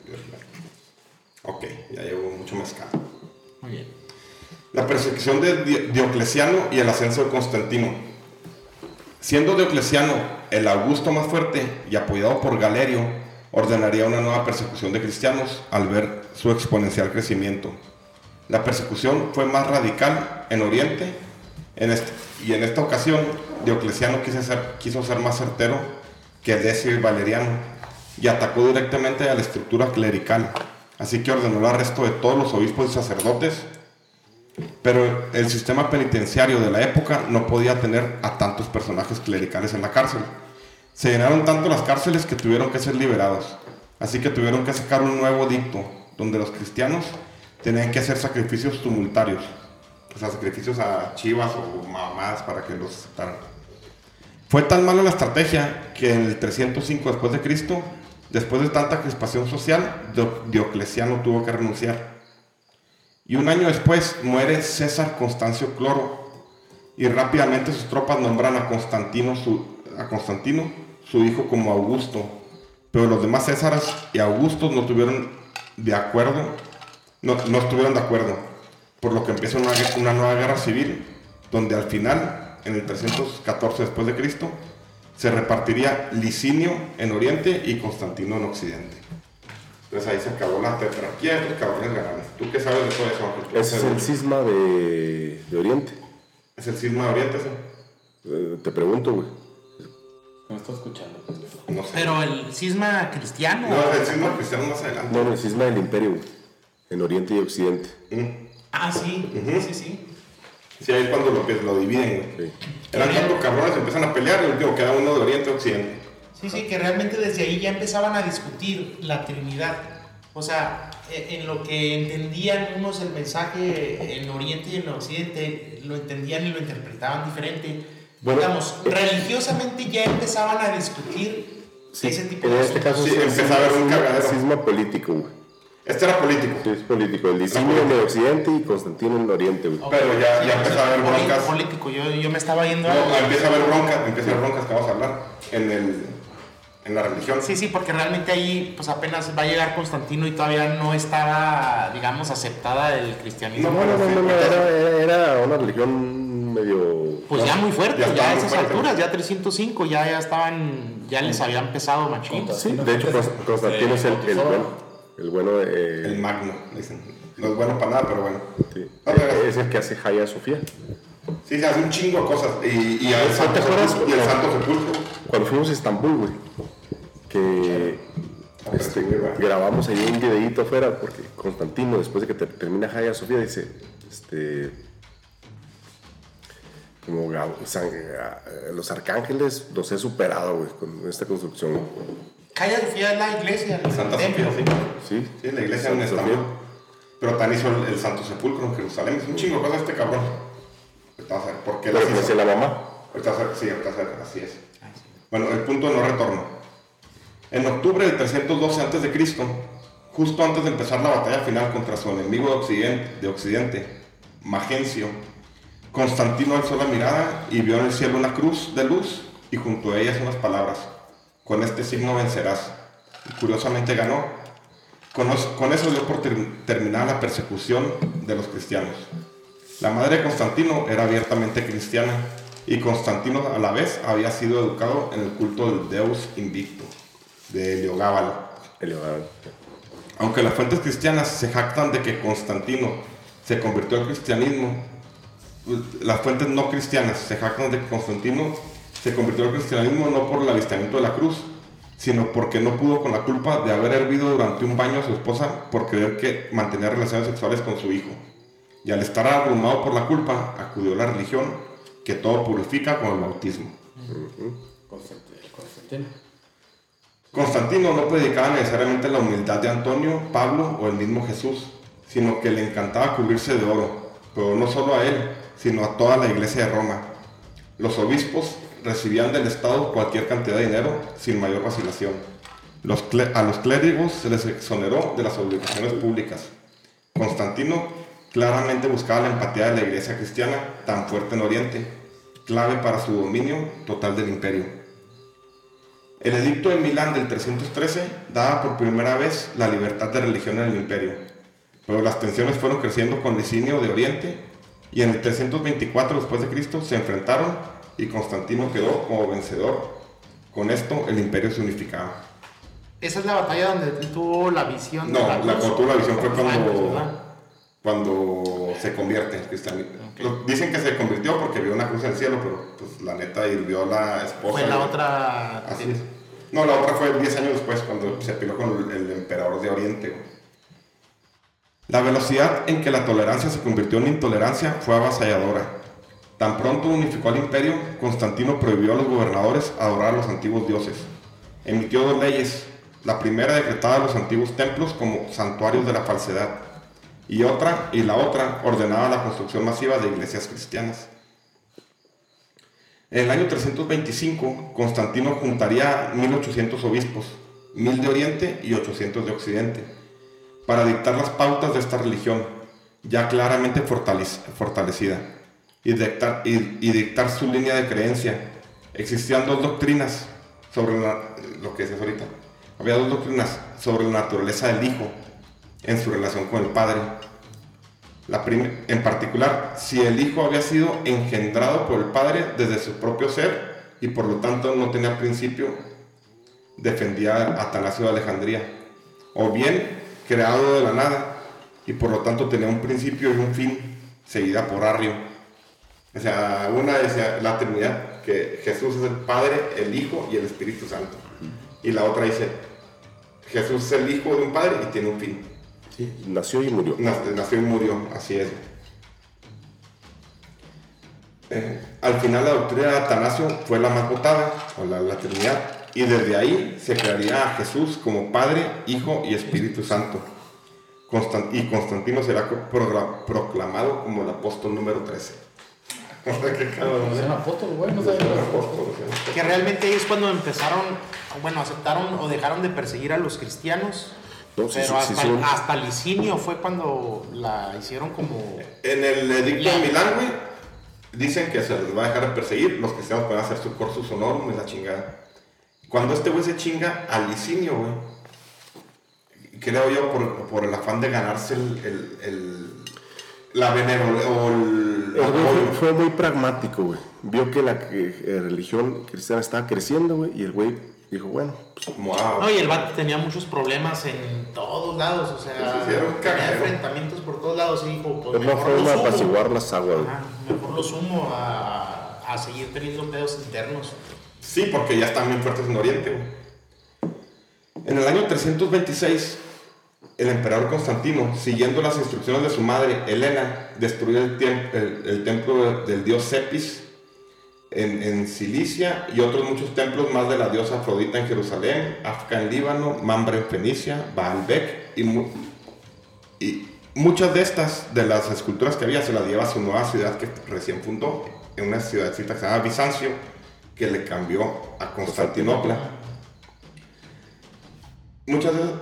Ok, ya llevo mucho mezcal. Muy bien. La persecución de Diocleciano y el ascenso de Constantino. Siendo Diocleciano el Augusto más fuerte y apoyado por Galerio, ordenaría una nueva persecución de cristianos al ver su exponencial crecimiento. La persecución fue más radical en Oriente, y en esta ocasión Diocleciano quiso ser más certero que Decio y Valeriano y atacó directamente a la estructura clerical, así que ordenó el arresto de todos los obispos y sacerdotes. Pero el sistema penitenciario de la época no podía tener a tantos personajes clericales en la cárcel. Se llenaron tanto las cárceles que tuvieron que ser liberados. Así que tuvieron que sacar un nuevo edicto, donde los cristianos tenían que hacer sacrificios tumultarios. O sea, sacrificios a chivas o mamadas para que los aceptaran. Fue tan mala la estrategia que en el 305 después de Cristo, después de tanta crispación social, Diocleciano tuvo que renunciar. Y un año después muere César Constancio Cloro y rápidamente sus tropas nombran a Constantino, su hijo, como Augusto. Pero los demás Césares y Augustos no estuvieron de acuerdo, por lo que empieza una nueva guerra civil, donde al final, en el 314 después de Cristo, se repartiría Licinio en Oriente y Constantino en Occidente. Entonces ahí se acabó la tetrarquía y los cabrones ganaron. ¿Tú qué sabes de todo eso, Ángel? Ese es el cisma de Oriente. ¿Es el cisma de Oriente, sí? Te pregunto, güey. No estoy escuchando. No sé. Pero el cisma cristiano. No, el cisma cristiano más adelante. No, el cisma del imperio, güey. En Oriente y Occidente. Ah, sí, sí. Sí, ahí es cuando lo dividen, güey. Sí. Eran tantos cabrones, empiezan a pelear y el último queda uno de Oriente y Occidente. Sí, que realmente desde ahí ya empezaban a discutir la Trinidad. O sea, en lo que entendían unos el mensaje en Oriente y en Occidente, lo entendían y lo interpretaban diferente. Bueno, digamos, religiosamente ya empezaban a discutir ese tipo de en este caso sí, empezaba a haber un cagadero. Cisma político, güey. Este era político. Sí, es político. El Licinio en el Occidente y Constantino en el Oriente, güey. Okay. Pero ya empezaba a haber broncas. Político, yo me estaba yendo a... No, empieza a haber broncas que vamos a hablar en la religión. Sí, porque realmente ahí pues apenas va a llegar Constantino y todavía no estaba, digamos, aceptada el cristianismo. No, era una religión medio... Pues ya muy fuerte, ya a esas fuerte. alturas, ya 305, ya estaban, ya les había empezado machín. Sí, de hecho Constantino es el bueno... El magno, dicen. No es bueno para nada, pero bueno. Sí. Okay. Es el que hace Hagia Sofía. Sí, se hace un chingo de cosas. Y el ¿Te Santo acuerdas? Sepulcro. Y el Santo Sepulcro. Cuando fuimos a Estambul, güey, que grabamos ahí un videíto afuera, porque Constantino, después de que termina Hagia Sofía, dice, como los arcángeles los he superado, güey, con esta construcción. Hagia Sofía es la iglesia, el Santa templo. Sofía, Sí, sí, la iglesia en Santa Estambul. Sofía. Pero también hizo el Santo Sepulcro en Jerusalén. Es un chingo de cosas este cabrón. Ahorita vas a ver por qué Pero las que hizo. decía la mamá. Ahorita vas a ver, sí, ahorita vas a ver, así es. Bueno, el punto de no retorno. En octubre del 312 a.C., justo antes de empezar la batalla final contra su enemigo de Occidente, Magencio, Constantino alzó la mirada y vio en el cielo una cruz de luz y junto a ellas unas palabras: con este signo vencerás. Y curiosamente ganó. Con eso dio por terminada la persecución de los cristianos. La madre de Constantino era abiertamente cristiana y Constantino a la vez había sido educado en el culto del Deus Invicto, de Heliogábalo. Aunque las fuentes cristianas se jactan de que Constantino se convirtió al cristianismo, las fuentes no cristianas se jactan de que Constantino se convirtió al cristianismo no por el avistamiento de la cruz, sino porque no pudo con la culpa de haber hervido durante un baño a su esposa por creer que mantenía relaciones sexuales con su hijo. Y al estar abrumado por la culpa, acudió a la religión que todo purifica con el bautismo. Constantino no predicaba necesariamente la humildad de Antonio, Pablo o el mismo Jesús, sino que le encantaba cubrirse de oro, pero no solo a él, sino a toda la iglesia de Roma. Los obispos recibían del Estado cualquier cantidad de dinero sin mayor vacilación. A los clérigos se les exoneró de las obligaciones públicas. Constantino claramente buscaba la empatía de la iglesia cristiana tan fuerte en Oriente, clave para su dominio total del imperio. El edicto de Milán del 313 daba por primera vez la libertad de religión en el imperio, pero las tensiones fueron creciendo con Licinio de Oriente y en el 324 después de Cristo se enfrentaron y Constantino quedó como vencedor. Con esto el imperio se unificaba. Esa es la batalla donde tuvo la visión. No, cuando tuvo la visión fue cuando se convierte en cristianismo. Okay. Dicen que se convirtió porque vio una cruz en el cielo, pero pues la neta hirvió a la esposa. Fue la otra. Así es. No, la otra fue 10 años después, cuando se peleó con el emperador de Oriente. La velocidad en que la tolerancia se convirtió en intolerancia fue avasalladora. Tan pronto unificó al imperio, Constantino prohibió a los gobernadores adorar a los antiguos dioses. Emitió 2 leyes. La primera decretaba a los antiguos templos como santuarios de la falsedad. Y la otra ordenaba la construcción masiva de iglesias cristianas. En el año 325, Constantino juntaría 1800 obispos, 1000 de Oriente y 800 de Occidente, para dictar las pautas de esta religión, ya claramente fortalecida, y dictar su línea de creencia. Existían 2 doctrinas sobre lo que decías ahorita. Había 2 doctrinas sobre la naturaleza del Hijo en su relación con el Padre. En particular, si el Hijo había sido engendrado por el Padre desde su propio ser y por lo tanto no tenía principio, defendía a Atanasio de Alejandría, o bien creado de la nada y por lo tanto tenía un principio y un fin, seguida por Arrio. O sea, una decía la Trinidad, que Jesús es el Padre, el Hijo y el Espíritu Santo, y la otra dice Jesús es el Hijo de un Padre y tiene un fin. Sí, nació y murió. Nació y murió, así es. Al final la doctrina de Atanasio fue la más votada, o la Trinidad, y desde ahí se crearía a Jesús como Padre, Hijo y Espíritu Santo. Y Constantino será proclamado como el apóstol número 13. Que realmente ahí es cuando empezaron, aceptaron o dejaron de perseguir a los cristianos. No, pero hasta Licinio fue cuando la hicieron como... En el edicto de Milán, güey, dicen que se les va a dejar de perseguir, los cristianos pueden hacer su cursus honorum y la chingada. Cuando este güey se chinga a Licinio, güey, creo yo por el afán de ganarse la benevolencia. Fue muy pragmático, güey. Vio que la religión cristiana estaba creciendo, güey, y el güey dijo, bueno, pues, no, y el vato tenía muchos problemas en todos lados, o sea, tenía enfrentamientos por todos lados, y dijo, pues mejor forma de apaciguar las aguas. Mejor lo sumo a seguir teniendo pedos internos. Sí, porque ya están bien fuertes en Oriente, güey. En el año 326, el emperador Constantino, siguiendo las instrucciones de su madre, Helena, destruyó el templo del dios Cepis en Cilicia y otros muchos templos más de la diosa Afrodita en Jerusalén, Afka en Líbano, Mamre en Fenicia, Baalbek y muchas de las esculturas que había se las lleva a su nueva ciudad que recién fundó, en una ciudadcita que se llama Bizancio, que le cambió a Constantinopla.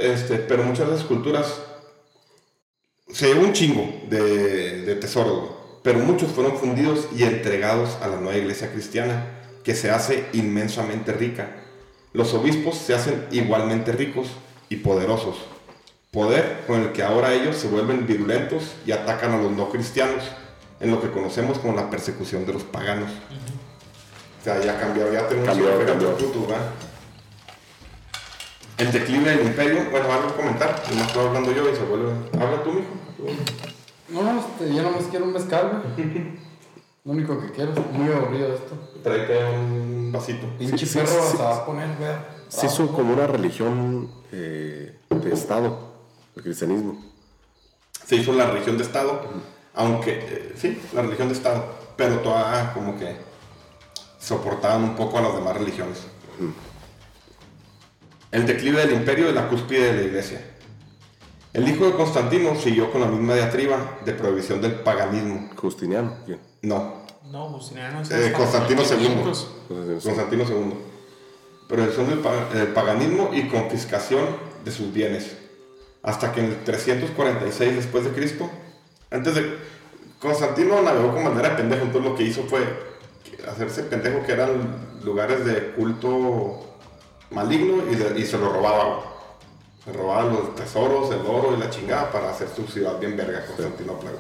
Pero muchas de las esculturas se llevó un chingo de tesoros. pero muchos fueron fundidos y entregados a la nueva iglesia cristiana, que se hace inmensamente rica. Los obispos se hacen igualmente ricos y poderosos, poder con el que ahora ellos se vuelven virulentos y atacan a los no cristianos, en lo que conocemos como la persecución de los paganos. O sea, ya cambió, ya tenemos Cambió. futuro, ¿verdad? El declive del imperio, bueno, algo que comentar, no estoy hablando yo y se vuelve... Habla tú, mijo. No, yo nomás quiero un mezcal, güey. Lo único que quiero, muy aburrido esto. Tráete un vasito. Pinche Sí, perro sí, se va a poner, güey. Se hizo como una religión de Estado, el cristianismo. Se hizo la religión de Estado, aunque, sí, la religión de Estado, pero toda como que soportaban un poco a las demás religiones. El declive del imperio y la cúspide de la iglesia. El hijo de Constantino siguió con la misma diatriba de prohibición del paganismo. Justiniano, ¿quién? No, No, Justiniano Constantino II. 500. Constantino II. Prohibición del paganismo y confiscación de sus bienes. Hasta que en el 346 después de Cristo, antes de Constantino navegó con bandera de pendejo, entonces lo que hizo fue hacerse pendejo que eran lugares de culto maligno y se lo robaba. Se robaban los tesoros, el oro y la chingada para hacer su ciudad bien verga, Constantinopla.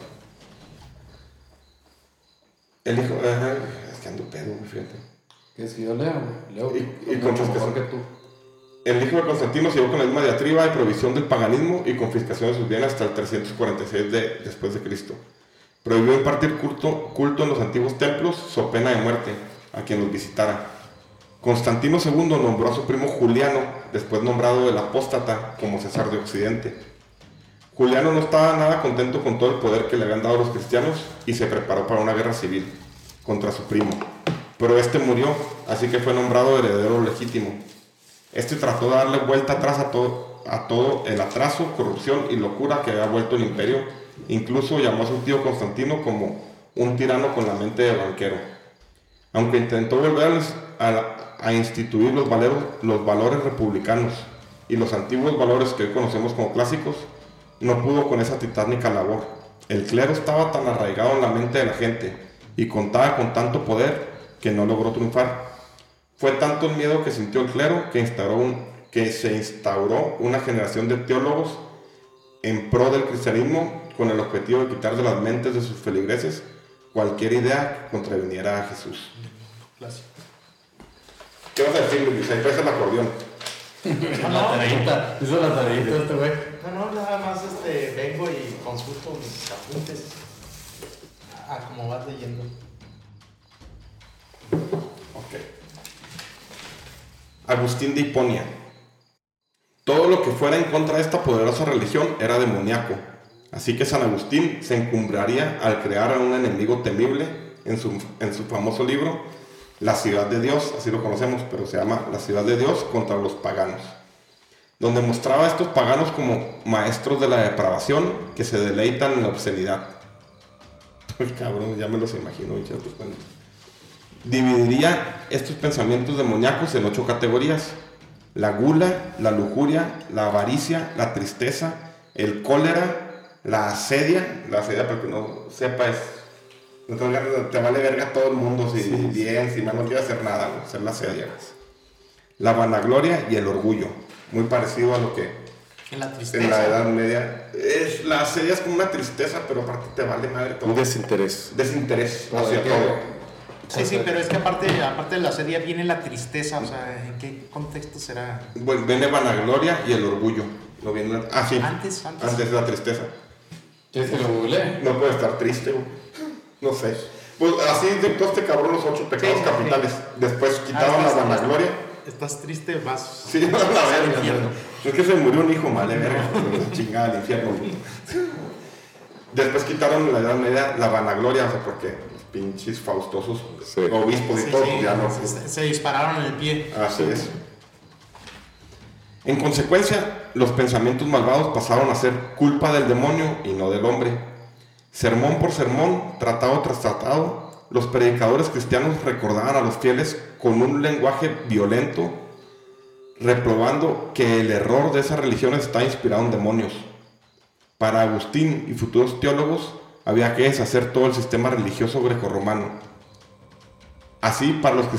El hijo, es que ando pedo, fíjate. ¿Quieres que yo lea, güey? Leo. Y mucho confiscación. mejor que tú. El hijo de Constantino siguió con la misma diatriba de prohibición del paganismo y confiscación de sus bienes hasta el 346 después de Cristo. Prohibió impartir culto en los antiguos templos, so pena de muerte a quien los visitara. Constantino II nombró a su primo Juliano, después nombrado el apóstata, como César de Occidente. Juliano no estaba nada contento con todo el poder que le habían dado los cristianos y se preparó para una guerra civil contra su primo. Pero este murió, así que fue nombrado heredero legítimo. Este trató de darle vuelta atrás a todo el atraso, corrupción y locura que había vuelto el imperio. Incluso llamó a su tío Constantino como un tirano con la mente de banquero. Aunque intentó volver a instituir los valores republicanos y los antiguos valores que hoy conocemos como clásicos, no pudo con esa titánica labor. El clero estaba tan arraigado en la mente de la gente y contaba con tanto poder que no logró triunfar. Fue tanto el miedo que sintió el clero que se instauró una generación de teólogos en pro del cristianismo con el objetivo de quitar de las mentes de sus feligreses cualquier idea que contraviniera a Jesús. Clásico. ¿Qué vas a decir, Luis? Ahí traes el acordeón. La tareita. Hizo la tareita este güey. No, nada más vengo y consulto mis apuntes a cómo vas leyendo. Ok. Agustín de Hiponia. Todo lo que fuera en contra de esta poderosa religión era demoníaco. Así que San Agustín se encumbraría al crear a un enemigo temible en su famoso libro La Ciudad de Dios, así lo conocemos, pero se llama La Ciudad de Dios contra los paganos, donde mostraba a estos paganos como maestros de la depravación que se deleitan en la obscenidad. El cabrón, ya me los imagino, dividiría estos pensamientos demoníacos en 8 categorías: la gula, la lujuria, la avaricia, la tristeza, el cólera, la asedia, para que no sepa, te vale verga a todo el mundo, si bien, si mal, no quiere hacer nada, ¿no? Ser la asedia. La vanagloria y el orgullo, muy parecido a lo que En la tristeza. en la Edad Media. La asedia es como una tristeza, pero aparte te vale madre todo. Un desinterés. Desinterés No, hacia ¿de qué? todo. Sí, pero es que aparte de la serie viene la tristeza, o sea, ¿en qué contexto será? Bueno, viene vanagloria y el orgullo. No viene sí. Antes. Antes la tristeza. ¿Quieres que lo googlee? No puede estar triste, güey. No sé. Pues así dictó este cabrón los 8 pecados Sí, capitales. Después quitaron la vanagloria. Estás triste, vas. Sí, no, la al verga. infierno. Es que se murió un hijo, vale, verga. Chingada al infierno, güey. Después quitaron en la Edad Media la vanagloria, o sea, porque los pinches faustosos Sí. obispos y Sí, todo, sí, ya no. se dispararon en el pie. Así es. En consecuencia, los pensamientos malvados pasaron a ser culpa del demonio y no del hombre. Sermón por sermón, tratado tras tratado, los predicadores cristianos recordaban a los fieles con un lenguaje violento, reprobando que el error de esas religiones está inspirado en demonios. Para Agustín y futuros teólogos, había que deshacer todo el sistema religioso grecorromano. Así que para los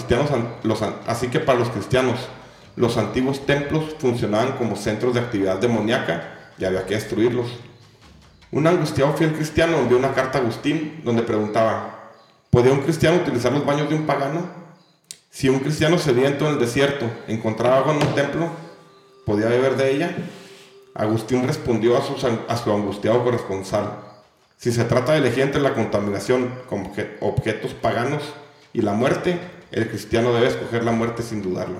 cristianos, los antiguos templos funcionaban como centros de actividad demoníaca y había que destruirlos. Un angustiado fiel cristiano envió una carta a Agustín donde preguntaba: ¿podía un cristiano utilizar los baños de un pagano? Si un cristiano sediento en el desierto encontraba agua en un templo, ¿podía beber de ella? Agustín respondió a su angustiado corresponsal: si se trata de elegir entre la contaminación con objetos paganos y la muerte, el cristiano debe escoger la muerte sin dudarlo.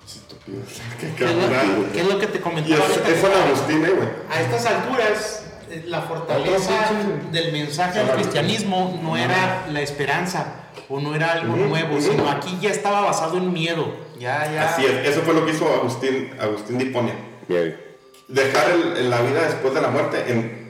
¿Qué es lo que te comentaba? Eso es Agustín, güey. A estas alturas, la fortaleza del mensaje del cristianismo no era la esperanza o no era algo nuevo, sino aquí ya estaba basado en miedo. Ya. Así es, eso fue lo que hizo Agustín de Hiponia. Bien. Dejar la vida después de la muerte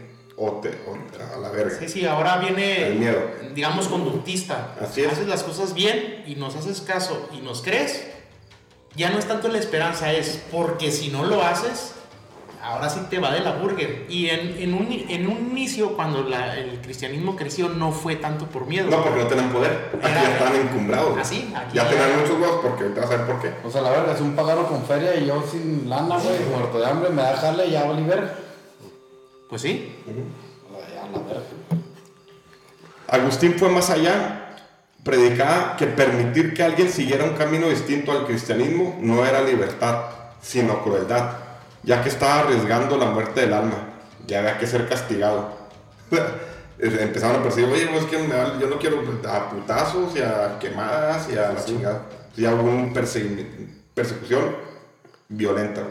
a la verga. Sí, ahora viene el miedo, digamos, conductista. Así es. Haces las cosas bien y nos haces caso y nos crees. Ya no es tanto la esperanza, es porque si no lo haces, ahora sí te va de la burger. Y en un inicio, cuando el cristianismo creció, no fue tanto por miedo. No, porque no tenían poder. Aquí ya estaban encumbrados. Así, aquí ya tenían muchos huevos, porque te vas a ver por qué. O sea, la verga, es un pagano con feria y yo sin lana, güey, muerto de hambre, me da jale y ya valí verga. Pues sí. Ya, la verga. Agustín fue más allá. Predicaba que permitir que alguien siguiera un camino distinto al cristianismo no era libertad, sino crueldad, ya que estaba arriesgando la muerte del alma, ya había que ser castigado. Empezaron a percibir: oye, es que yo no quiero a putazos y a quemadas y a la chingada. Ya hubo una persecución violenta.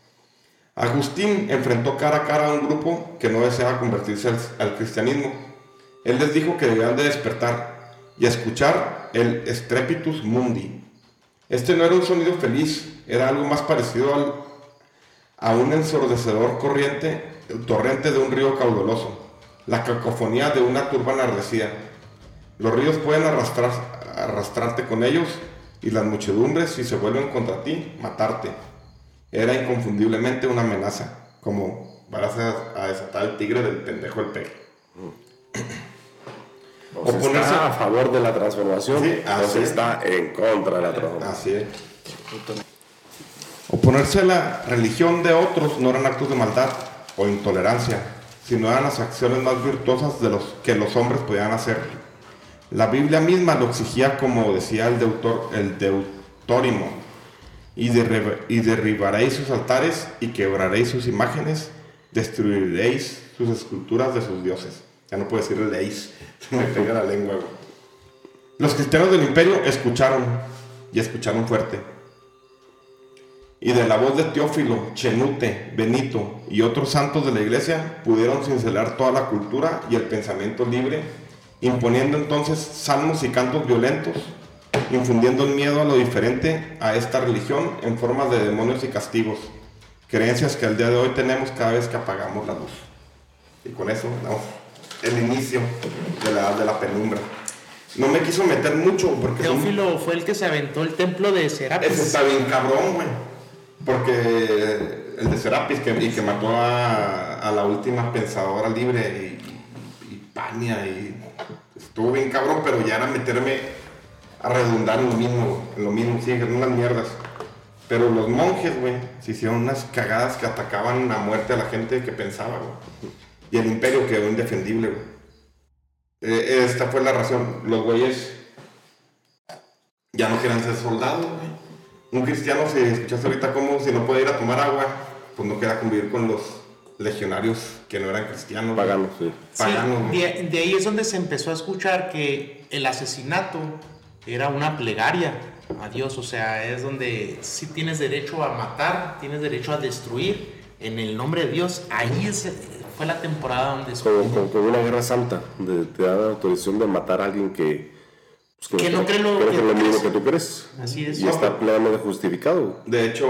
Agustín enfrentó cara a cara a un grupo que no deseaba convertirse al cristianismo. Él les dijo que debían de despertar y escuchar el Strepitus Mundi. Este no era un sonido feliz, era algo más parecido a un ensordecedor torrente de un río caudaloso, la cacofonía de una turba enardecida. Los ríos pueden arrastrarte con ellos, y las muchedumbres, si se vuelven contra ti, matarte. Era inconfundiblemente una amenaza, como vas a desatar el tigre del pendejo del peje. O sea, está a favor de la transformación, sí, o se está en contra de la transformación. Así es. Oponerse a la religión de otros no eran actos de maldad o intolerancia, sino eran las acciones más virtuosas que los hombres podían hacer. La Biblia misma lo exigía, como decía el Deutórimo: y derribaréis sus altares y quebraréis sus imágenes, destruiréis sus esculturas de sus dioses. Ya no puedo decirle leéis, se me pega la lengua, güey. Los cristianos del imperio escucharon, y escucharon fuerte. Y de la voz de Teófilo, Chenute, Benito y otros santos de la iglesia pudieron cincelar toda la cultura y el pensamiento libre, imponiendo entonces salmos y cantos violentos, infundiendo el miedo a lo diferente a esta religión en formas de demonios y castigos, creencias que al día de hoy tenemos cada vez que apagamos la luz. Y con eso damos el inicio de la edad de la penumbra. No me quiso meter mucho porque... Teófilo fue el que se aventó el templo de Serapis. Ese está bien cabrón, güey. Porque el de Serapis que mató a la última pensadora libre y Pania, y estuvo bien cabrón, pero ya era meterme a redundar en lo mismo, sí, en unas mierdas. Pero los monjes, güey, se hicieron unas cagadas que atacaban a muerte a la gente que pensaba, güey. Y el imperio quedó indefendible, güey. Esta fue la razón. Los güeyes ya no quieren ser soldados, güey. Un cristiano, si escuchaste ahorita como si no puede ir a tomar agua, pues no queda convivir con los legionarios que no eran cristianos. Paganos, sí. Paganos, sí, de ahí es donde se empezó a escuchar que el asesinato era una plegaria a Dios. O sea, es donde sí tienes derecho a matar, tienes derecho a destruir en el nombre de Dios. Ahí fue la temporada donde... Como una guerra santa, donde te da la autorización de matar a alguien que no cree lo mismo que tú crees. Así es. Y está plenamente justificado. De hecho,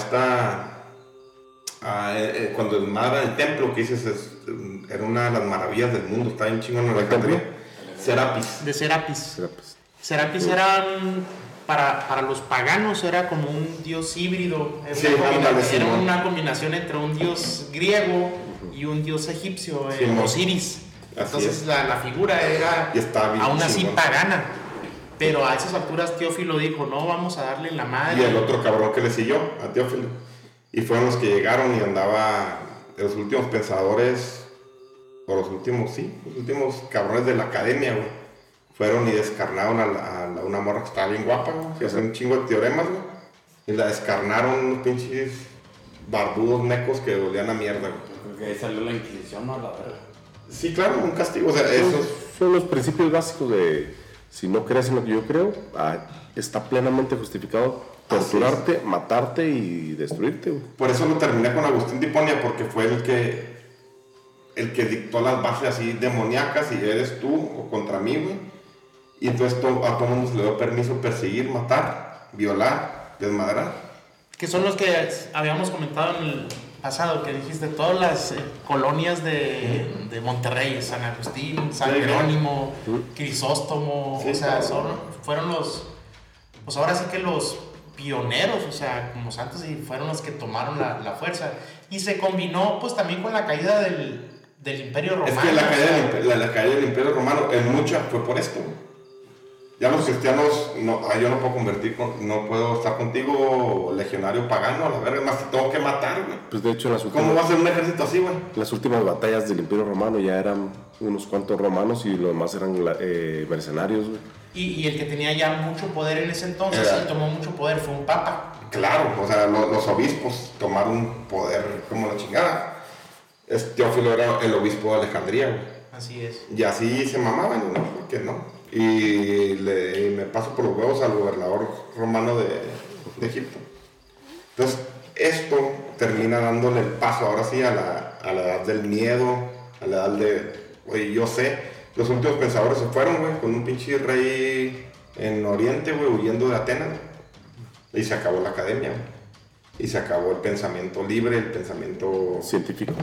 cuando desmadran el templo, que dices, era una de las maravillas del mundo, está bien chingón en la templo. Serapis. De Serapis. Serapis era para los paganos era como un dios híbrido. Era una combinación entre un dios griego y un dios egipcio, Osiris. Entonces la figura era Y estaba bien aún así chingón. pagana. Pero a esas alturas Teófilo dijo, no, vamos a darle la madre. Y el otro cabrón que le siguió, a Teófilo. Y fueron los que llegaron y andaba los últimos pensadores, o los últimos cabrones de la academia, güey. Fueron y descarnaron a una morra que estaba bien guapa, güey. Que hacía un chingo de teoremas, güey. Y la descarnaron unos pinches barbudos mecos que olían a mierda, güey. Creo que ahí salió la Inquisición, ¿no? La verga. Sí, claro, un castigo. O sea, esos... Son los principios básicos de si no crees en lo que yo creo, está plenamente justificado torturarte, matarte y destruirte, güey. Por eso lo terminé con Agustín de Hiponia, porque fue el que dictó las bases así demoníacas, y eres tú o contra mí, güey. Y entonces a todo mundo se le dio permiso perseguir, matar, violar, desmadrar. Que son los que habíamos comentado en el pasado, que dijiste, todas las colonias de Monterrey, San Agustín, San Jerónimo, Crisóstomo, Sí, o sea, claro. fueron los, pues ahora sí que los pioneros, o sea, como santos, y fueron los que tomaron la fuerza. Y se combinó pues también con la caída del Imperio Romano. Es que la o caída, sea, la caída del Imperio Romano en mucha fue por esto, güey. Ya los cristianos, yo no puedo no puedo estar contigo legionario pagano, a la verga, más te tengo que matar, güey. Pues de hecho ¿Cómo va a ser un ejército así, güey? las últimas batallas del Imperio Romano ya eran unos cuantos romanos y los demás eran mercenarios, güey. y el que tenía ya mucho poder en ese entonces Era- y tomó mucho poder fue un papa. Claro, o sea, los obispos tomaron poder como la chingada. Teófilo era el obispo de Alejandría, güey. Así es. Y así se mamaban, ¿no? ¿Por qué no? Y me paso por los huevos al gobernador romano de Egipto. Entonces, esto termina dándole el paso ahora sí a la edad del miedo, a la edad de, oye, yo sé, los últimos pensadores se fueron, güey, con un pinche rey en Oriente, güey, huyendo de Atenas. Y se acabó la academia, güey. Y se acabó el pensamiento libre, el pensamiento Científico.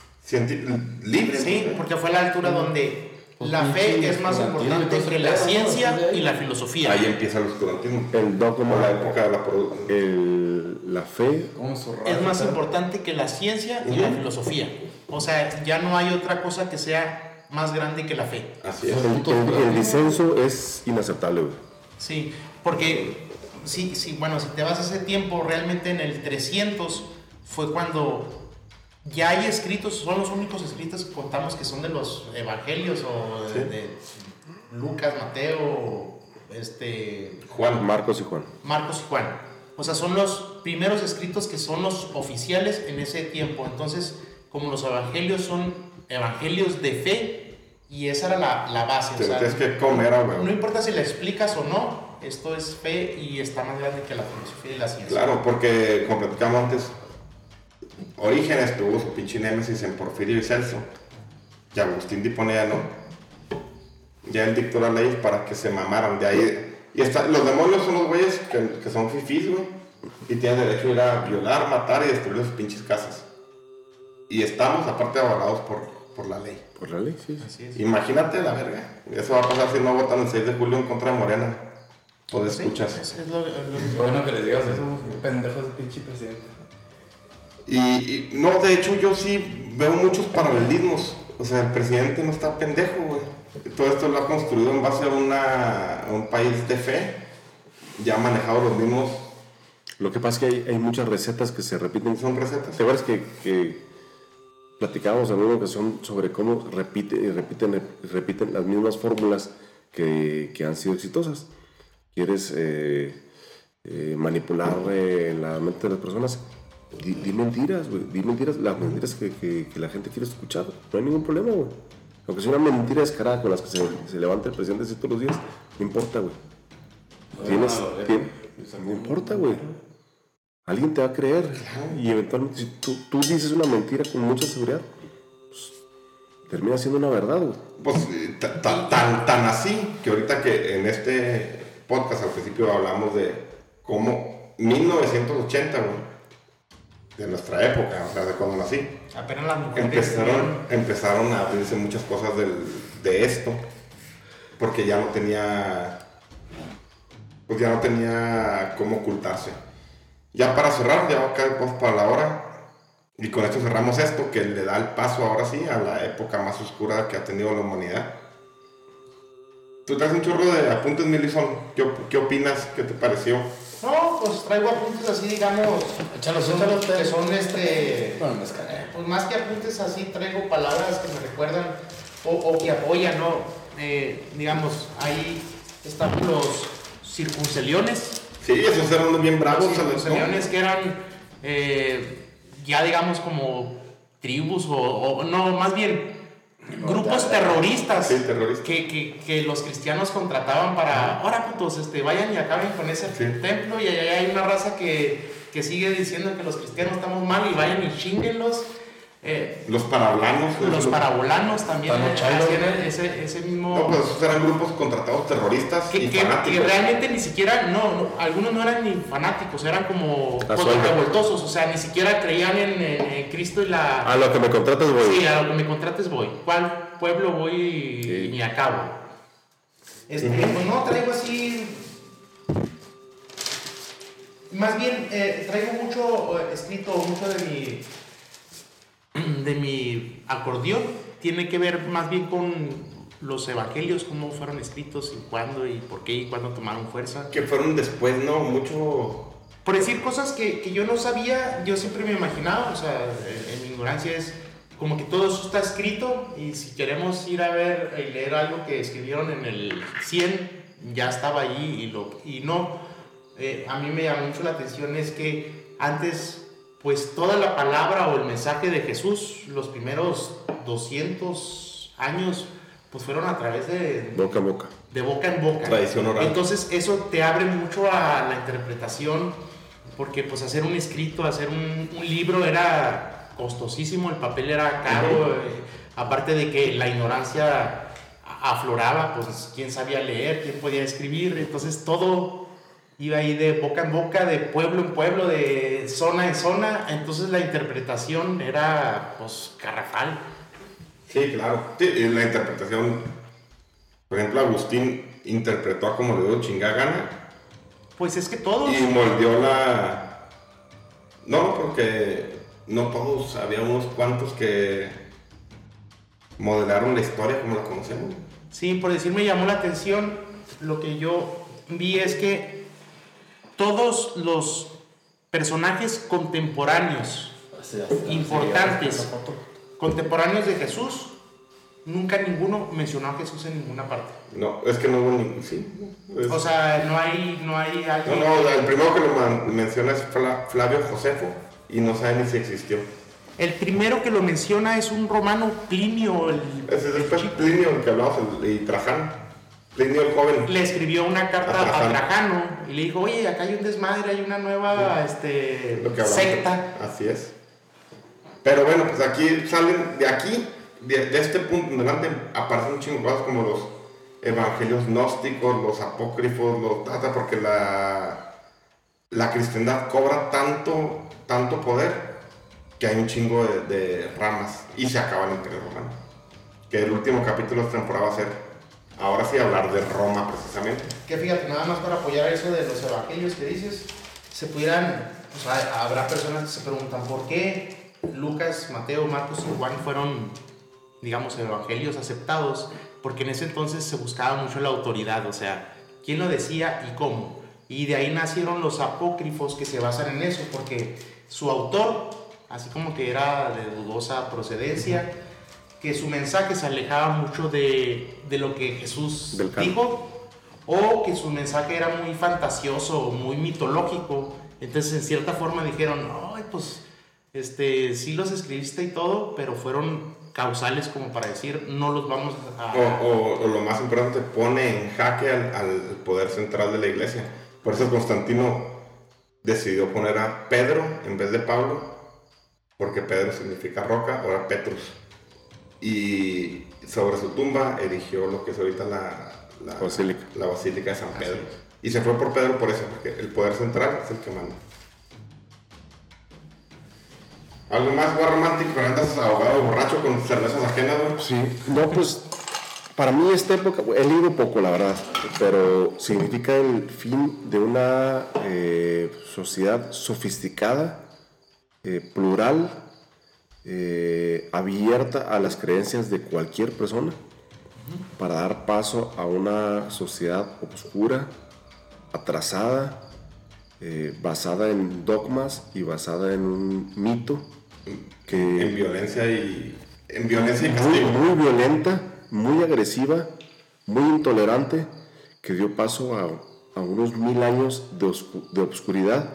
libre. Sí, güey. porque fue la altura donde la fe es más importante que la ciencia y la filosofía. Ahí empieza el oscurantismo. El dogma, Como la época de la la fe, ¿Cómo su raza Es más está? importante que la ciencia y la filosofía. O sea, ya no hay otra cosa que sea más grande que la fe. Así es. el disenso es inaceptable, güey. Sí, porque bueno, si te vas a ese tiempo, realmente en el 300 fue cuando ya hay escritos, son los únicos escritos que contamos que son de los evangelios o de Lucas, Mateo, Juan. Marcos y Juan. Marcos y Juan. O sea, son los primeros escritos que son los oficiales en ese tiempo. Entonces, como los evangelios son evangelios de fe, y esa era la base. Te o sea, tienes que comer, no güey. importa si la explicas o no, esto es fe y está más grande que la filosofía y la ciencia. Claro, porque como platicamos antes, Orígenes tuvo su pinche némesis en Porfirio y Celso. Y Agustín de Hiponia no. Ya él dictó las leyes para que se mamaran. De ahí. Y los demonios son los güeyes que son fifís, güey. Y tienen derecho a ir a violar, matar y destruir sus pinches casas. Y estamos, aparte, avalados por la ley. Por la ley, sí. Así es. Imagínate la verga. Eso va a pasar si no votan el 6 de julio en contra de Morena. O de Sí, escuchas. es lo Bueno que les digas eso, pendejos de pinche presidente. Y no, de hecho yo sí veo muchos paralelismos. O sea, el presidente no está pendejo, güey. Todo esto lo ha construido en base a un país de fe. Ya ha manejado los mismos, Lo que pasa es que hay muchas recetas que se repiten. son recetas. ¿Te acuerdas que platicábamos en una ocasión sobre cómo repiten las mismas fórmulas que han sido exitosas? ¿Quieres manipular la mente de las personas? Di mentiras, güey. Di mentiras, las mentiras que la gente quiere escuchar. No hay ningún problema, güey. Aunque sea una mentira descarada con las que se levanta el presidente así todos los días, no importa, güey. No importa, güey. Alguien te va a creer. Y eventualmente, si tú dices una mentira con mucha seguridad, pues, termina siendo una verdad, güey. Pues tan así que ahorita que en este podcast al principio hablamos de cómo 1980, güey, de nuestra época, o sea, de cuando nací, apenas las mujeres empezaron a abrirse muchas cosas de esto, porque ya no tenía cómo ocultarse. Ya para cerrar, ya acá pues, para la hora, Y con esto cerramos esto, que le da el paso ahora sí a la época más oscura que ha tenido la humanidad. Tú traes un chorro de apuntes, Milison. ¿Qué opinas? ¿Qué te pareció? No, pues traigo apuntes así, digamos, Échalos, que son Bueno, mezcal. pues más que apuntes así, traigo palabras que me recuerdan o que apoyan, ¿no? Digamos, ahí están los circunceliones. Sí, esos eran bien bravos. Los circunceliones que eran ya digamos como tribus o no, más bien grupos terroristas, Sí, terroristas. que los cristianos contrataban para, ahora putos, vayan y acaben con ese templo, y allá hay una raza que sigue diciendo que los cristianos estamos mal y vayan y chinguenlos. Los parabolanos. Los parabolanos también hacían ese mismo... No, pues esos eran grupos contratados terroristas y fanáticos. Que realmente ni siquiera, algunos no eran ni fanáticos, eran como sueldo. revoltosos, o sea, ni siquiera creían en Cristo y la... A lo que me contratas voy. Sí, a lo que me contrates voy. ¿Cuál pueblo voy y me acabo? Pues no, traigo así... Más bien, traigo mucho escrito, mucho de mi acordeón. Tiene que ver más bien con los evangelios, cómo fueron escritos y cuándo y por qué y cuándo tomaron fuerza. Que fueron después, ¿no? Mucho... Por decir cosas que yo no sabía, yo siempre me imaginaba, o sea, en mi ignorancia es como que todo eso está escrito y si queremos ir a ver y leer algo que escribieron en el 100, ya estaba allí y no. A mí me llamó mucho la atención es que antes, pues toda la palabra o el mensaje de Jesús, los primeros 200 años, pues fueron a través de Boca a boca. de boca en boca. Tradición oral. Entonces eso te abre mucho a la interpretación, porque pues hacer un escrito, hacer un libro era costosísimo, el papel era caro, aparte de que la ignorancia afloraba, pues quién sabía leer, quién podía escribir, entonces todo iba ahí de boca en boca, de pueblo en pueblo, de zona en zona, entonces la interpretación era pues garrafal. Sí, claro. Sí, y la interpretación, por ejemplo, Agustín interpretó a como le dio chingada gana Pues es que todos... y moldeó la... No, porque no todos, había unos cuantos que modelaron la historia como la conocemos. Sí, por decir, me llamó la atención, lo que yo vi es que todos los personajes contemporáneos, importantes, contemporáneos de Jesús, nunca ninguno mencionó a Jesús en ninguna parte. No, es que no hubo ningún... Sí. O sea, no hay alguien... No, el primero que lo menciona es Flavio Josefo y no sabe ni si existió. El primero que lo menciona es un romano, Plinio, Ese es después Plinio, el que hablamos, y Trajano. Plinio el joven. le escribió una carta a Trajano y le dijo, oye, acá hay un desmadre, hay una nueva Lo que hablamos. secta. Así es. Pero bueno, pues aquí salen, de este punto en adelante aparecen un chingo de cosas como los evangelios gnósticos, los apócrifos, porque la cristiandad cobra tanto poder que hay un chingo de ramas y se acaba el Imperio Romano. Que el último capítulo de esta temporada va a ser, ahora sí, hablar de Roma precisamente. Que fíjate, nada más para apoyar eso de los evangelios que dices, se pudieran, o sea, habrá personas que se preguntan por qué Lucas, Mateo, Marcos y Juan fueron, digamos, evangelios aceptados, porque en ese entonces se buscaba mucho la autoridad, o sea, quién lo decía y cómo. Y de ahí nacieron los apócrifos que se basan en eso, porque su autor, así como que era de dudosa procedencia, que su mensaje se alejaba mucho de lo que Jesús dijo, o que su mensaje era muy fantasioso, muy mitológico. Entonces, en cierta forma dijeron, ay, pues, sí los escribiste y todo, pero fueron causales como para decir, no los vamos a... O lo más importante, pone en jaque al poder central de la iglesia. Por eso Constantino decidió poner a Pedro en vez de Pablo, porque Pedro significa roca, ahora Petrus. Y sobre su tumba erigió lo que es ahorita la Basílica de San Pedro. Y se fue por Pedro por eso, porque el poder central es el que manda. ¿Algo más, güey, romántico? ¿Pero andas ahogado, borracho, con cervezas ajenas, güey? Sí, no, pues para mí esta época, he leído poco, la verdad, pero significa el fin de una sociedad sofisticada, plural, abierta a las creencias de cualquier persona, para dar paso a una sociedad oscura, atrasada, basada en dogmas y basada en un mito que En violencia y castigo. muy violenta, muy agresiva, muy intolerante, que dio paso a unos 1000 años de oscuridad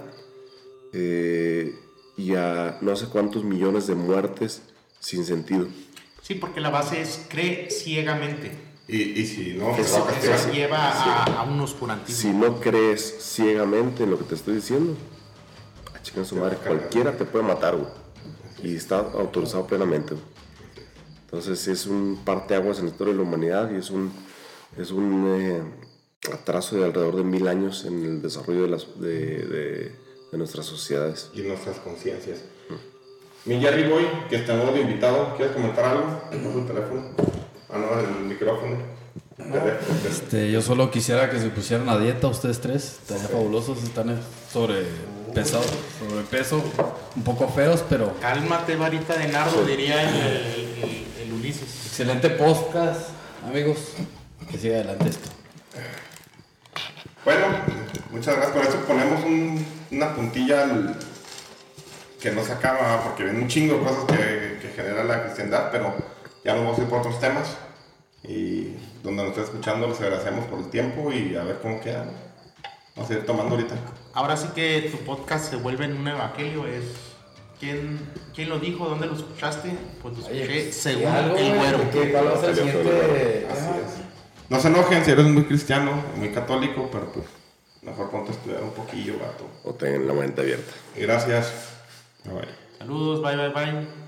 y a no sé cuántos millones de muertes sin sentido. Sí, porque la base es cree ciegamente. Y si no, Eso- se va a castigar. Eso lleva a un oscurantismo. Si no crees ciegamente en lo que te estoy diciendo, a chingar su madre, cualquiera te puede matar, güey. Y está autorizado plenamente, güey. Entonces es un parteaguas en la historia de la humanidad y es un atraso de alrededor de 1000 años en el desarrollo de nuestras sociedades. Y nuestras conciencias. Mi Jerry Boy, que estamos de invitado, ¿quieres comentar algo? Te paso el teléfono. Ah, no, el micrófono. Yo solo quisiera que se pusieran a dieta ustedes tres. Estaría fabulosos. Están sobrepeso, un poco feos, pero Cálmate, varita de nardo, diría el Ulises. excelente podcast, amigos. Que siga adelante esto. Bueno, muchas gracias. Con esto ponemos una puntilla que no se acaba, porque ven un chingo de cosas que genera la cristiandad, pero ya nos vamos a ir por otros temas. Y donde nos esté escuchando, les agradecemos por el tiempo y a ver cómo queda. Vamos a ir tomando ahorita. Ahora sí que tu podcast se vuelve en un evangelio. ¿Quién lo dijo? ¿Dónde lo escuchaste? Pues lo escuché según el güero. ¿Cuál va a ser el siguiente? Así es. No se enojen si eres muy cristiano, muy católico, pero pues mejor ponte a estudiar un poquillo, gato. O tengan la mente abierta. Y gracias. Bye bye. Saludos, bye.